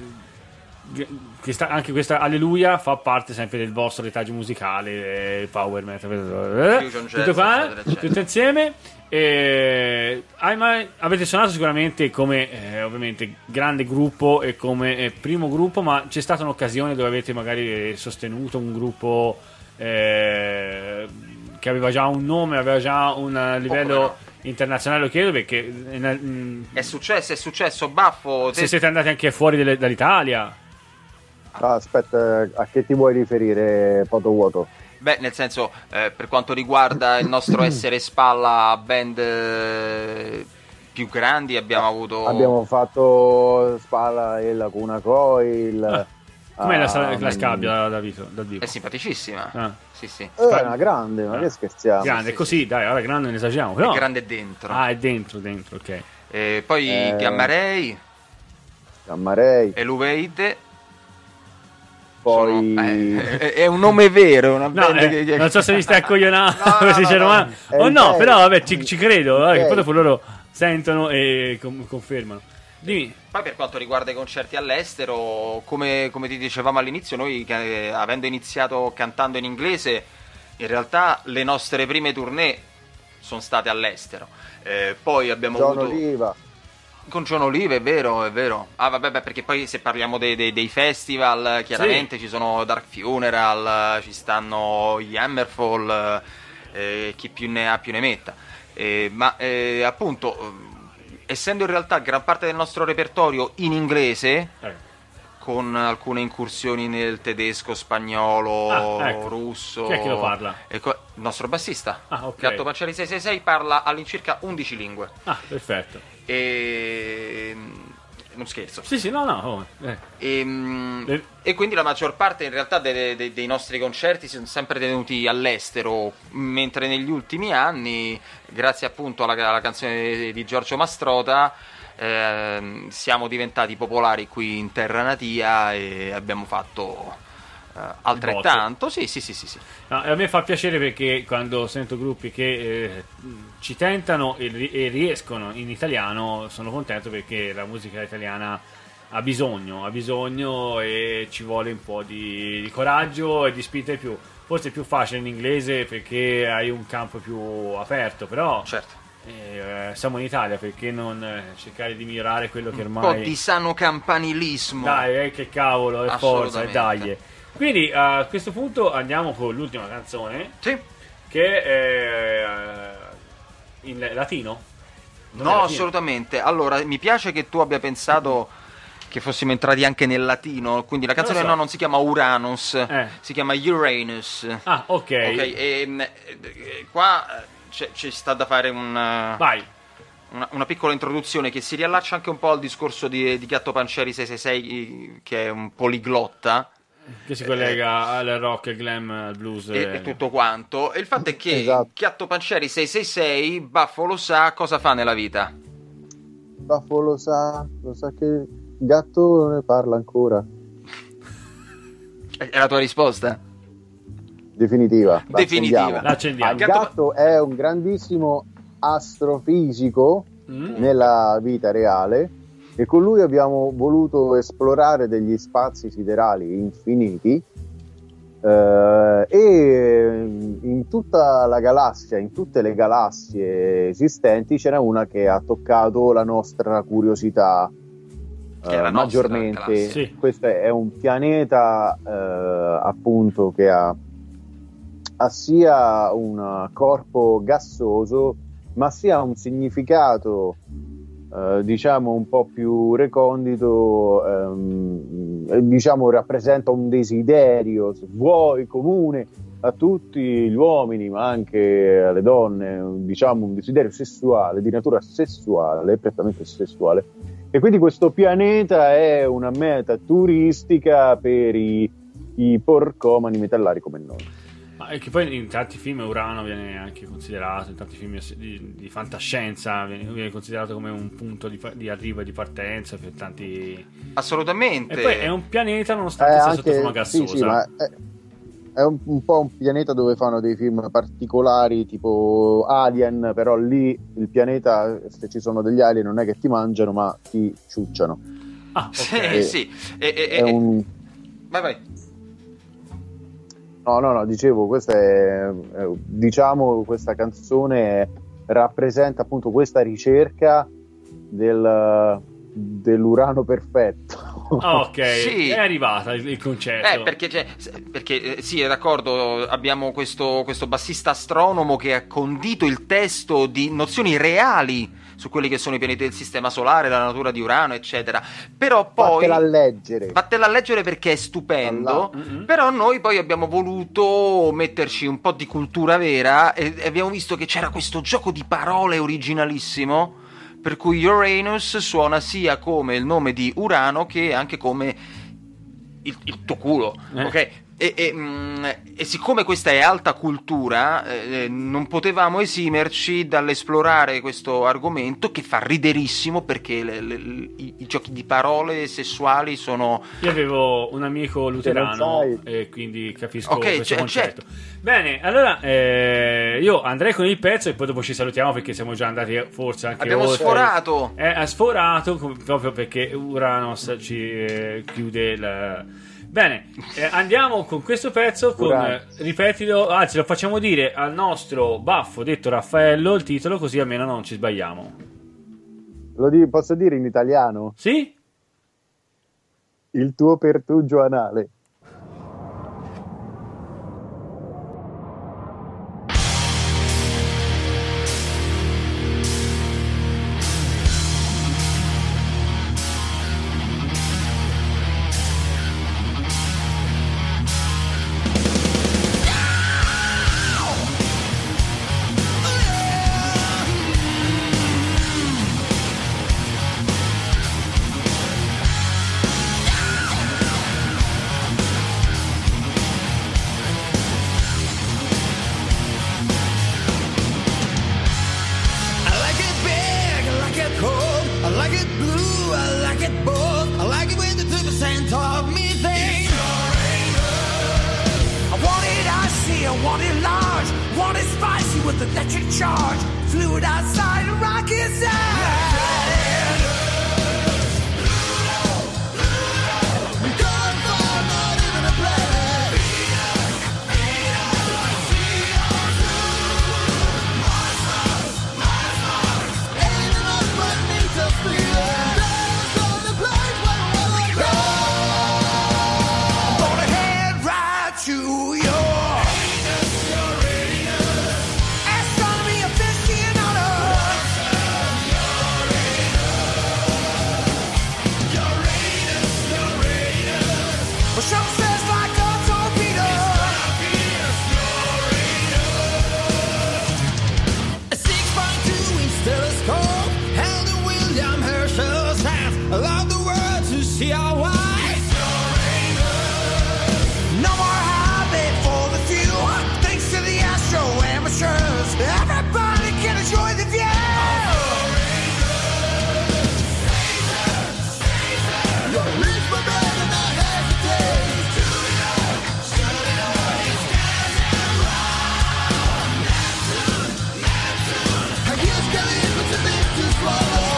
Speaker 3: questa, anche questa Alleluia fa parte sempre del vostro retaggio musicale, eh, power metal, eh, tutto qua, tutto insieme. Eh, avete suonato sicuramente come eh, ovviamente grande gruppo e come eh, primo gruppo, ma c'è stata un'occasione dove avete magari sostenuto un gruppo eh, che aveva già un nome, aveva già un livello internazionale, lo chiedo perché mh,
Speaker 4: è successo, è successo Baffo,
Speaker 3: se te... siete andati anche fuori delle, dall'Italia.
Speaker 5: Ah, aspetta, a che ti vuoi riferire, Poto Vuoto?
Speaker 4: Beh, nel senso, eh, per quanto riguarda il nostro essere spalla a band eh, più grandi, abbiamo avuto...
Speaker 5: Abbiamo fatto spalla e Lacuna Coil...
Speaker 3: Ah. Com'è la, la, la scabbia da Vito? Da
Speaker 4: è simpaticissima.
Speaker 3: Ah.
Speaker 4: Sì, sì.
Speaker 5: È una grande, ma ah. che scherziamo.
Speaker 3: Grande,
Speaker 5: sì,
Speaker 3: così,
Speaker 5: sì.
Speaker 3: Dai, ora grande ne esageriamo. Però...
Speaker 4: È grande dentro.
Speaker 3: Ah, è dentro, dentro, ok.
Speaker 4: E poi
Speaker 5: eh...
Speaker 4: Gamma Ray.
Speaker 5: Gamma Ray.
Speaker 4: E Luveide.
Speaker 5: Poi
Speaker 4: sono, eh, è, è un nome vero, una
Speaker 3: no, eh,
Speaker 4: che...
Speaker 3: non so se mi stai accoglionando
Speaker 4: no, no, no, no, no.
Speaker 3: o oh, no, però vabbè, ci, ci credo, eh, che poi dopo loro sentono e com- confermano. Dimmi.
Speaker 4: Poi per quanto riguarda i concerti all'estero, come, come ti dicevamo all'inizio, noi eh, avendo iniziato cantando in inglese, in realtà le nostre prime tournée sono state all'estero. Eh, poi abbiamo
Speaker 5: John
Speaker 4: avuto...
Speaker 5: Oliva.
Speaker 4: Con John Oliva, è vero, è vero. Ah vabbè, beh, perché poi se parliamo dei, dei, dei festival, chiaramente sì. Ci sono Dark Funeral, ci stanno gli Hammerfall, eh, chi più ne ha più ne metta. Eh, ma eh, appunto, essendo in realtà gran parte del nostro repertorio in inglese, eh. con alcune incursioni nel tedesco, spagnolo,
Speaker 3: ah, ecco.
Speaker 4: russo...
Speaker 3: Chi è che lo parla?
Speaker 4: Ecco, il nostro bassista,
Speaker 3: ah, okay.
Speaker 4: Gatto Pancieri sei sei sei, parla all'incirca undici lingue.
Speaker 3: Ah, perfetto.
Speaker 4: E non scherzo.
Speaker 3: Sì, sì, no, no. Oh, eh.
Speaker 4: e, eh. e quindi la maggior parte in realtà dei, dei, dei nostri concerti sono sempre tenuti all'estero, mentre negli ultimi anni, grazie appunto alla, alla canzone di Giorgio Mastrota, eh, siamo diventati popolari qui in terra natia e abbiamo fatto eh, altrettanto. Sì, sì, sì, sì, sì.
Speaker 3: No, a me fa piacere perché quando sento gruppi che eh, ci tentano e, ri- e riescono in italiano, sono contento perché la musica italiana ha bisogno, ha bisogno e ci vuole un po' di, di coraggio e di spinta in più. Forse è più facile in inglese perché hai un campo più aperto, però
Speaker 4: certo.
Speaker 3: eh, siamo in Italia, perché non eh, cercare di migliorare quello che ormai...
Speaker 4: Un po' di sano campanilismo.
Speaker 3: Dai, eh, che cavolo, è forza, e dai. Quindi a questo punto andiamo con l'ultima canzone,
Speaker 4: sì.
Speaker 3: che è uh, in latino? Non
Speaker 4: no,
Speaker 3: è latino?
Speaker 4: Assolutamente. Allora, mi piace che tu abbia pensato che fossimo entrati anche nel latino, quindi la canzone non, so. no, non si chiama Uranus, eh. si chiama Uranus.
Speaker 3: Ah, ok. Ok,
Speaker 4: e, e, qua c'è, ci sta da fare un...
Speaker 3: Vai.
Speaker 4: Una, una piccola introduzione che si riallaccia anche un po' al discorso di, di Gatto Pancieri sei sei sei, che è un poliglotta.
Speaker 3: Che si collega eh, al rock, al glam, al blues.
Speaker 4: E,
Speaker 3: e...
Speaker 4: e tutto quanto. E il fatto è che
Speaker 5: esatto.
Speaker 4: Gatto Pancieri sei sei sei, Baffo lo sa cosa fa nella vita.
Speaker 5: Baffo lo sa, lo sa che gatto ne parla ancora.
Speaker 4: È la tua risposta?
Speaker 5: Definitiva.
Speaker 4: Definitiva.
Speaker 3: L'accendiamo.
Speaker 5: Il gatto è un grandissimo astrofisico mm. nella vita reale, e con lui abbiamo voluto esplorare degli spazi siderali infiniti, eh, e in tutta la galassia, in tutte le galassie esistenti, c'era una che ha toccato la nostra curiosità
Speaker 4: che è la
Speaker 5: uh, maggiormente.
Speaker 3: Sì.
Speaker 5: Questo è un pianeta uh, appunto che ha, ha sia un corpo gassoso, ma sia un significato uh, diciamo un po' più recondito, um, diciamo rappresenta un desiderio, se vuoi, comune a tutti gli uomini, ma anche alle donne, diciamo un desiderio sessuale, di natura sessuale, prettamente sessuale. E quindi questo pianeta è una meta turistica per i, i porcomani metallari come noi.
Speaker 3: Ma è che poi in tanti film Urano viene anche considerato, in tanti film di, di fantascienza viene, viene considerato come un punto di, di arrivo e di partenza per tanti...
Speaker 4: Assolutamente.
Speaker 3: E poi è un pianeta nonostante
Speaker 5: eh,
Speaker 3: sia
Speaker 5: anche,
Speaker 3: sotto forma gassosa.
Speaker 5: Sì, sì, ma è, è un, un po' un pianeta dove fanno dei film particolari tipo Alien, però lì il pianeta, se ci sono degli alien, non è che ti mangiano ma ti ciucciano.
Speaker 3: Ah, ok.
Speaker 4: Sì, sì. E, e,
Speaker 5: è un...
Speaker 4: Vai, vai.
Speaker 5: No, no, no, dicevo, questa è, è diciamo, questa canzone rappresenta appunto questa ricerca del, dell'urano perfetto.
Speaker 3: Ok,
Speaker 4: sì.
Speaker 3: È arrivata il, il concetto.
Speaker 4: Eh, perché, c'è, perché eh, sì, è d'accordo, abbiamo questo, questo bassista astronomo che ha condito il testo di nozioni reali su quelli che sono i pianeti del sistema solare, la natura di Urano, eccetera. Però poi
Speaker 5: vattela a leggere.
Speaker 4: Vattela a leggere perché è stupendo. Mm-hmm. Però noi poi abbiamo voluto metterci un po' di cultura vera e, e abbiamo visto che c'era questo gioco di parole originalissimo, per cui Uranus suona sia come il nome di Urano che anche come il, il tuo culo, eh. ok? E, e, mh, e siccome questa è alta cultura, eh, non potevamo esimerci dall'esplorare questo argomento che fa riderissimo, perché le, le, i, i giochi di parole sessuali sono...
Speaker 3: Io avevo un amico luterano e quindi capisco
Speaker 4: okay,
Speaker 3: questo
Speaker 4: c-
Speaker 3: concetto.
Speaker 4: certo.
Speaker 3: Bene, allora eh, io andrei con il pezzo e poi dopo ci salutiamo, perché siamo già andati forse anche
Speaker 4: abbiamo
Speaker 3: oltre.
Speaker 4: sforato
Speaker 3: eh, ha sforato proprio perché Uranus ci eh, chiude la... Bene, eh, andiamo con questo pezzo con, eh, ripetilo, anzi lo facciamo dire al nostro baffo detto Raffaello il titolo, così almeno non ci sbagliamo.
Speaker 5: Lo di- posso dire in italiano?
Speaker 3: Sì?
Speaker 5: Il tuo pertugio anale.
Speaker 2: Yeah! hot and spicy with electric charge. Fluid outside and rock inside. See our wives. No more habit for the few. Thanks to the Astro amateurs, everybody can enjoy the view. You're rich for better not hesitate. I guess Kelly was a bit too swallow.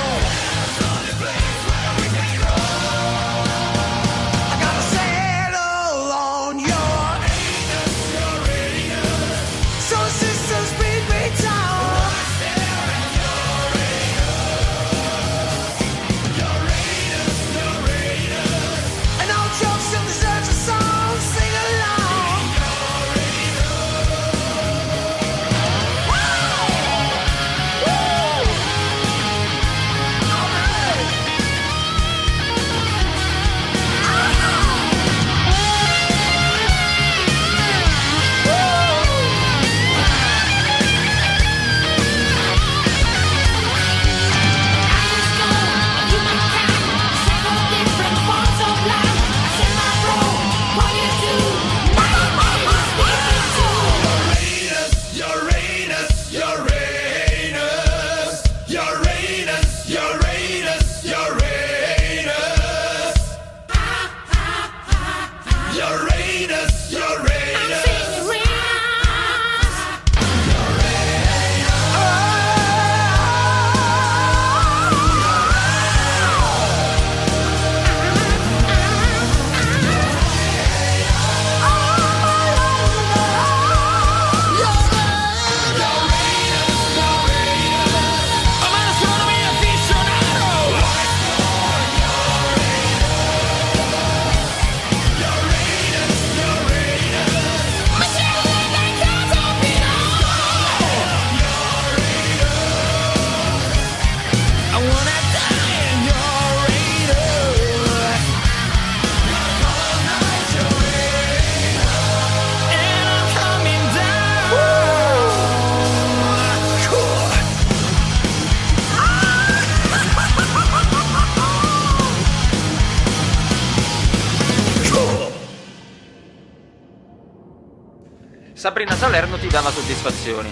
Speaker 4: Sabrina Salerno ti dà la soddisfazione.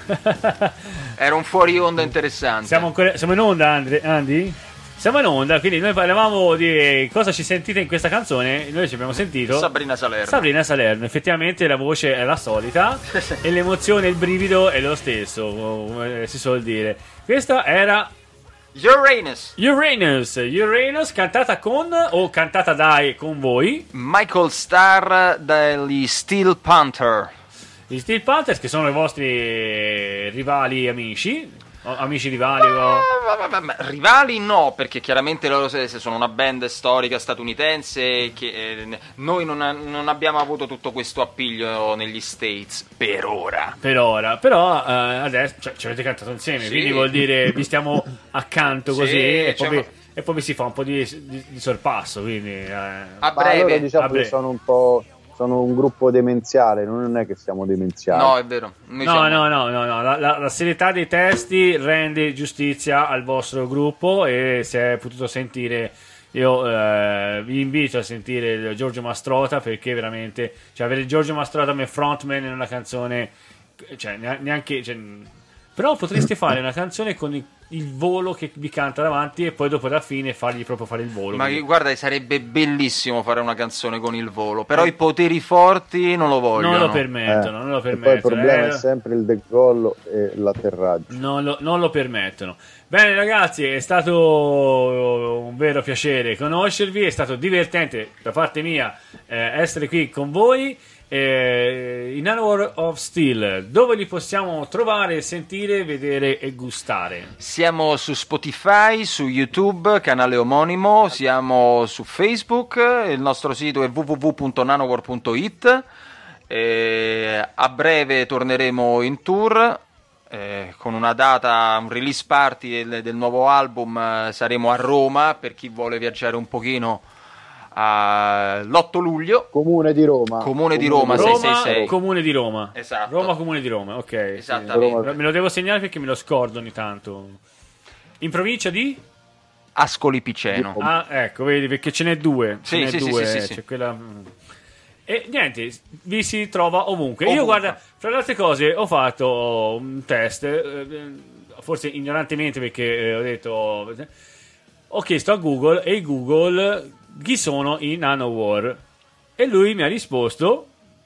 Speaker 4: Era un fuori onda interessante.
Speaker 3: Siamo, ancora, siamo in onda, Andre, Andy? Siamo in onda, quindi noi parlavamo di cosa ci sentite in questa canzone. Noi ci abbiamo sentito
Speaker 4: Sabrina Salerno.
Speaker 3: Sabrina Salerno, effettivamente la voce è la solita e l'emozione, il brivido è lo stesso, come si suol dire. Questa era
Speaker 4: Uranus.
Speaker 3: Uranus, Uranus, cantata con o cantata dai con voi
Speaker 4: Michael Starr degli Steel Panther.
Speaker 3: Gli Steel Panthers, che sono i vostri rivali amici, o amici rivali o...
Speaker 4: ma, ma, ma, rivali no, perché chiaramente loro se, se sono una band storica statunitense che eh, noi non, non abbiamo avuto tutto questo appiglio negli States per ora.
Speaker 3: Per ora, però eh, adesso cioè, ci avete cantato insieme,
Speaker 4: Sì.
Speaker 3: quindi vuol dire vi stiamo accanto così,
Speaker 4: Sì,
Speaker 3: e,
Speaker 4: diciamo-
Speaker 3: poi, e poi vi si fa un po' di, di, di sorpasso, quindi eh,
Speaker 4: A
Speaker 5: Ma loro
Speaker 4: breve.
Speaker 5: diciamo
Speaker 3: a breve.
Speaker 5: che sono un po', sono un gruppo demenziale, non è che siamo demenziali.
Speaker 4: No, è vero. Noi
Speaker 3: No,
Speaker 4: siamo-
Speaker 3: no, no, no, no. La, la- la serietà dei testi rende giustizia al vostro gruppo e si è potuto sentire. Io eh, vi invito a sentire Giorgio Mastrota, perché veramente, cioè, avere Giorgio Mastrota come frontman in una canzone, cioè, nea- neanche, cioè, però potreste fare una canzone con i il volo che vi canta davanti e poi dopo alla fine fargli proprio fare il volo.
Speaker 4: Ma
Speaker 3: quindi...
Speaker 4: guarda, sarebbe bellissimo fare una canzone con il volo, però i poteri forti non lo vogliono.
Speaker 3: Non lo permettono,
Speaker 5: Eh,
Speaker 3: non lo
Speaker 5: e poi il
Speaker 3: permettono.
Speaker 5: problema
Speaker 3: eh.
Speaker 5: è sempre il decollo e l'atterraggio.
Speaker 3: Non lo, non lo permettono. Bene ragazzi, è stato un vero piacere conoscervi, è stato divertente da parte mia eh, essere qui con voi. Eh, in Nanowar of Steel, dove li possiamo trovare, sentire, vedere e gustare?
Speaker 4: Siamo su Spotify, su YouTube, canale omonimo, siamo su Facebook, il nostro sito è w w w punto nanowar punto i t. Eh, a breve torneremo in tour. Eh, con una data, un release party del, del nuovo album, eh, saremo a Roma per chi vuole viaggiare un pochino, a l'otto luglio.
Speaker 5: Comune di Roma.
Speaker 4: Comune di Roma,
Speaker 3: Roma,
Speaker 4: sei sei sei.
Speaker 3: Comune di Roma.
Speaker 4: Esatto.
Speaker 3: Roma, Comune di Roma, ok.
Speaker 4: Esattamente.
Speaker 3: Sì. Me lo devo segnare perché me lo scordo ogni tanto. In provincia di?
Speaker 4: Ascoli Piceno.
Speaker 3: Ah, ecco, vedi, perché ce n'è due.
Speaker 4: Sì,
Speaker 3: ce n'è
Speaker 4: sì, sì,
Speaker 3: due,
Speaker 4: sì, sì, sì.
Speaker 3: c'è quella... E niente, vi si trova ovunque.
Speaker 4: Ovunque.
Speaker 3: Io, guarda, fra le altre cose, ho fatto un test, eh, forse ignorantemente perché eh, ho detto... Ho chiesto a Google, e Google, chi sono i Nanowar? E lui mi ha risposto...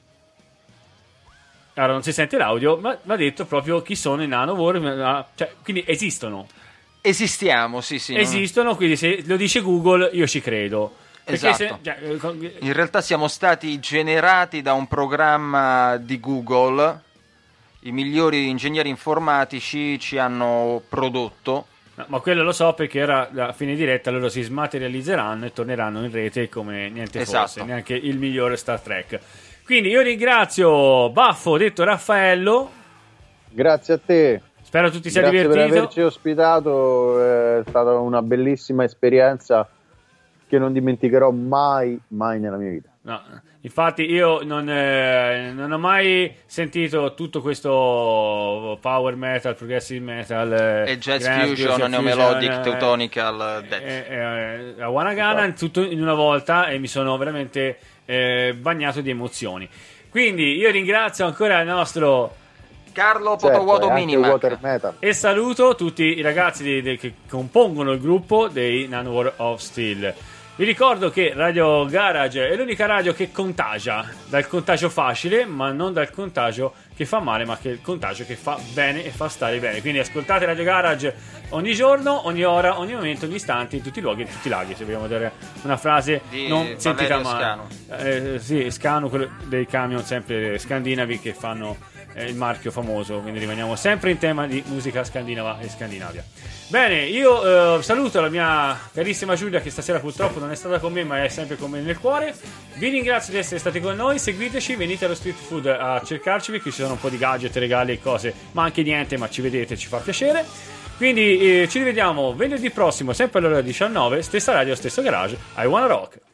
Speaker 3: Allora, non si sente l'audio, ma mi ha detto proprio chi sono i Nanowar. Cioè, quindi esistono.
Speaker 4: Esistiamo, sì, sì.
Speaker 3: Esistono, quindi se lo dice Google io ci credo. Perché
Speaker 4: Esatto.
Speaker 3: se- cioè, eh, con-
Speaker 4: In realtà siamo stati generati da un programma di Google. I migliori ingegneri informatici ci hanno prodotto.
Speaker 3: no, ma quello lo so perché era la fine diretta, loro si smaterializzeranno e torneranno in rete come niente
Speaker 4: Esatto.
Speaker 3: fosse, neanche il migliore Star Trek. Quindi io ringrazio Baffo, detto Raffaello.
Speaker 5: Grazie a te.
Speaker 3: Spero tu ti sia
Speaker 5: Grazie per
Speaker 3: divertito.
Speaker 5: averci ospitato, è stata una bellissima esperienza che non dimenticherò mai, mai nella mia vita.
Speaker 3: No, infatti io non, eh, non ho mai sentito tutto questo power metal, progressive metal eh,
Speaker 4: E jazz
Speaker 3: grand
Speaker 4: fusion,
Speaker 3: fusion,
Speaker 4: neomelodic,
Speaker 3: eh,
Speaker 4: teutonical, death.
Speaker 3: eh, eh, a Wanagana in tutto in una volta, e mi sono veramente eh, bagnato di emozioni. Quindi io ringrazio ancora il nostro
Speaker 4: Carlo
Speaker 5: Certo,
Speaker 4: Potovuoto
Speaker 5: è anche
Speaker 4: Minimac.
Speaker 5: water metal.
Speaker 3: e saluto tutti i ragazzi di- di- che compongono il gruppo dei Nanowar of Steel. Vi ricordo che Radio Garage è l'unica radio che contagia, dal contagio facile, ma non dal contagio che fa male, ma che il contagio che fa bene e fa stare bene. Quindi ascoltate Radio Garage ogni giorno, ogni ora, ogni momento, ogni istante, in tutti i luoghi, in tutti i laghi, se vogliamo dare una frase
Speaker 4: Di
Speaker 3: non sentita
Speaker 4: Valerio
Speaker 3: mai. Eh, sì, Scanu, quello dei camion sempre scandinavi che fanno eh, il marchio famoso, quindi rimaniamo sempre in tema di musica scandinava e Scandinavia. Bene, io eh, saluto la mia carissima Giulia, che stasera purtroppo non è stata con me, ma è sempre con me nel cuore. Vi ringrazio di essere stati con noi, seguiteci, venite allo Street Food a cercarci, perché ci sono un po' di gadget, regali e cose, ma anche niente, ma ci vedete, ci fa piacere. Quindi eh, ci rivediamo venerdì prossimo, sempre all'ora diciannove, stessa radio, stesso garage. I Wanna Rock.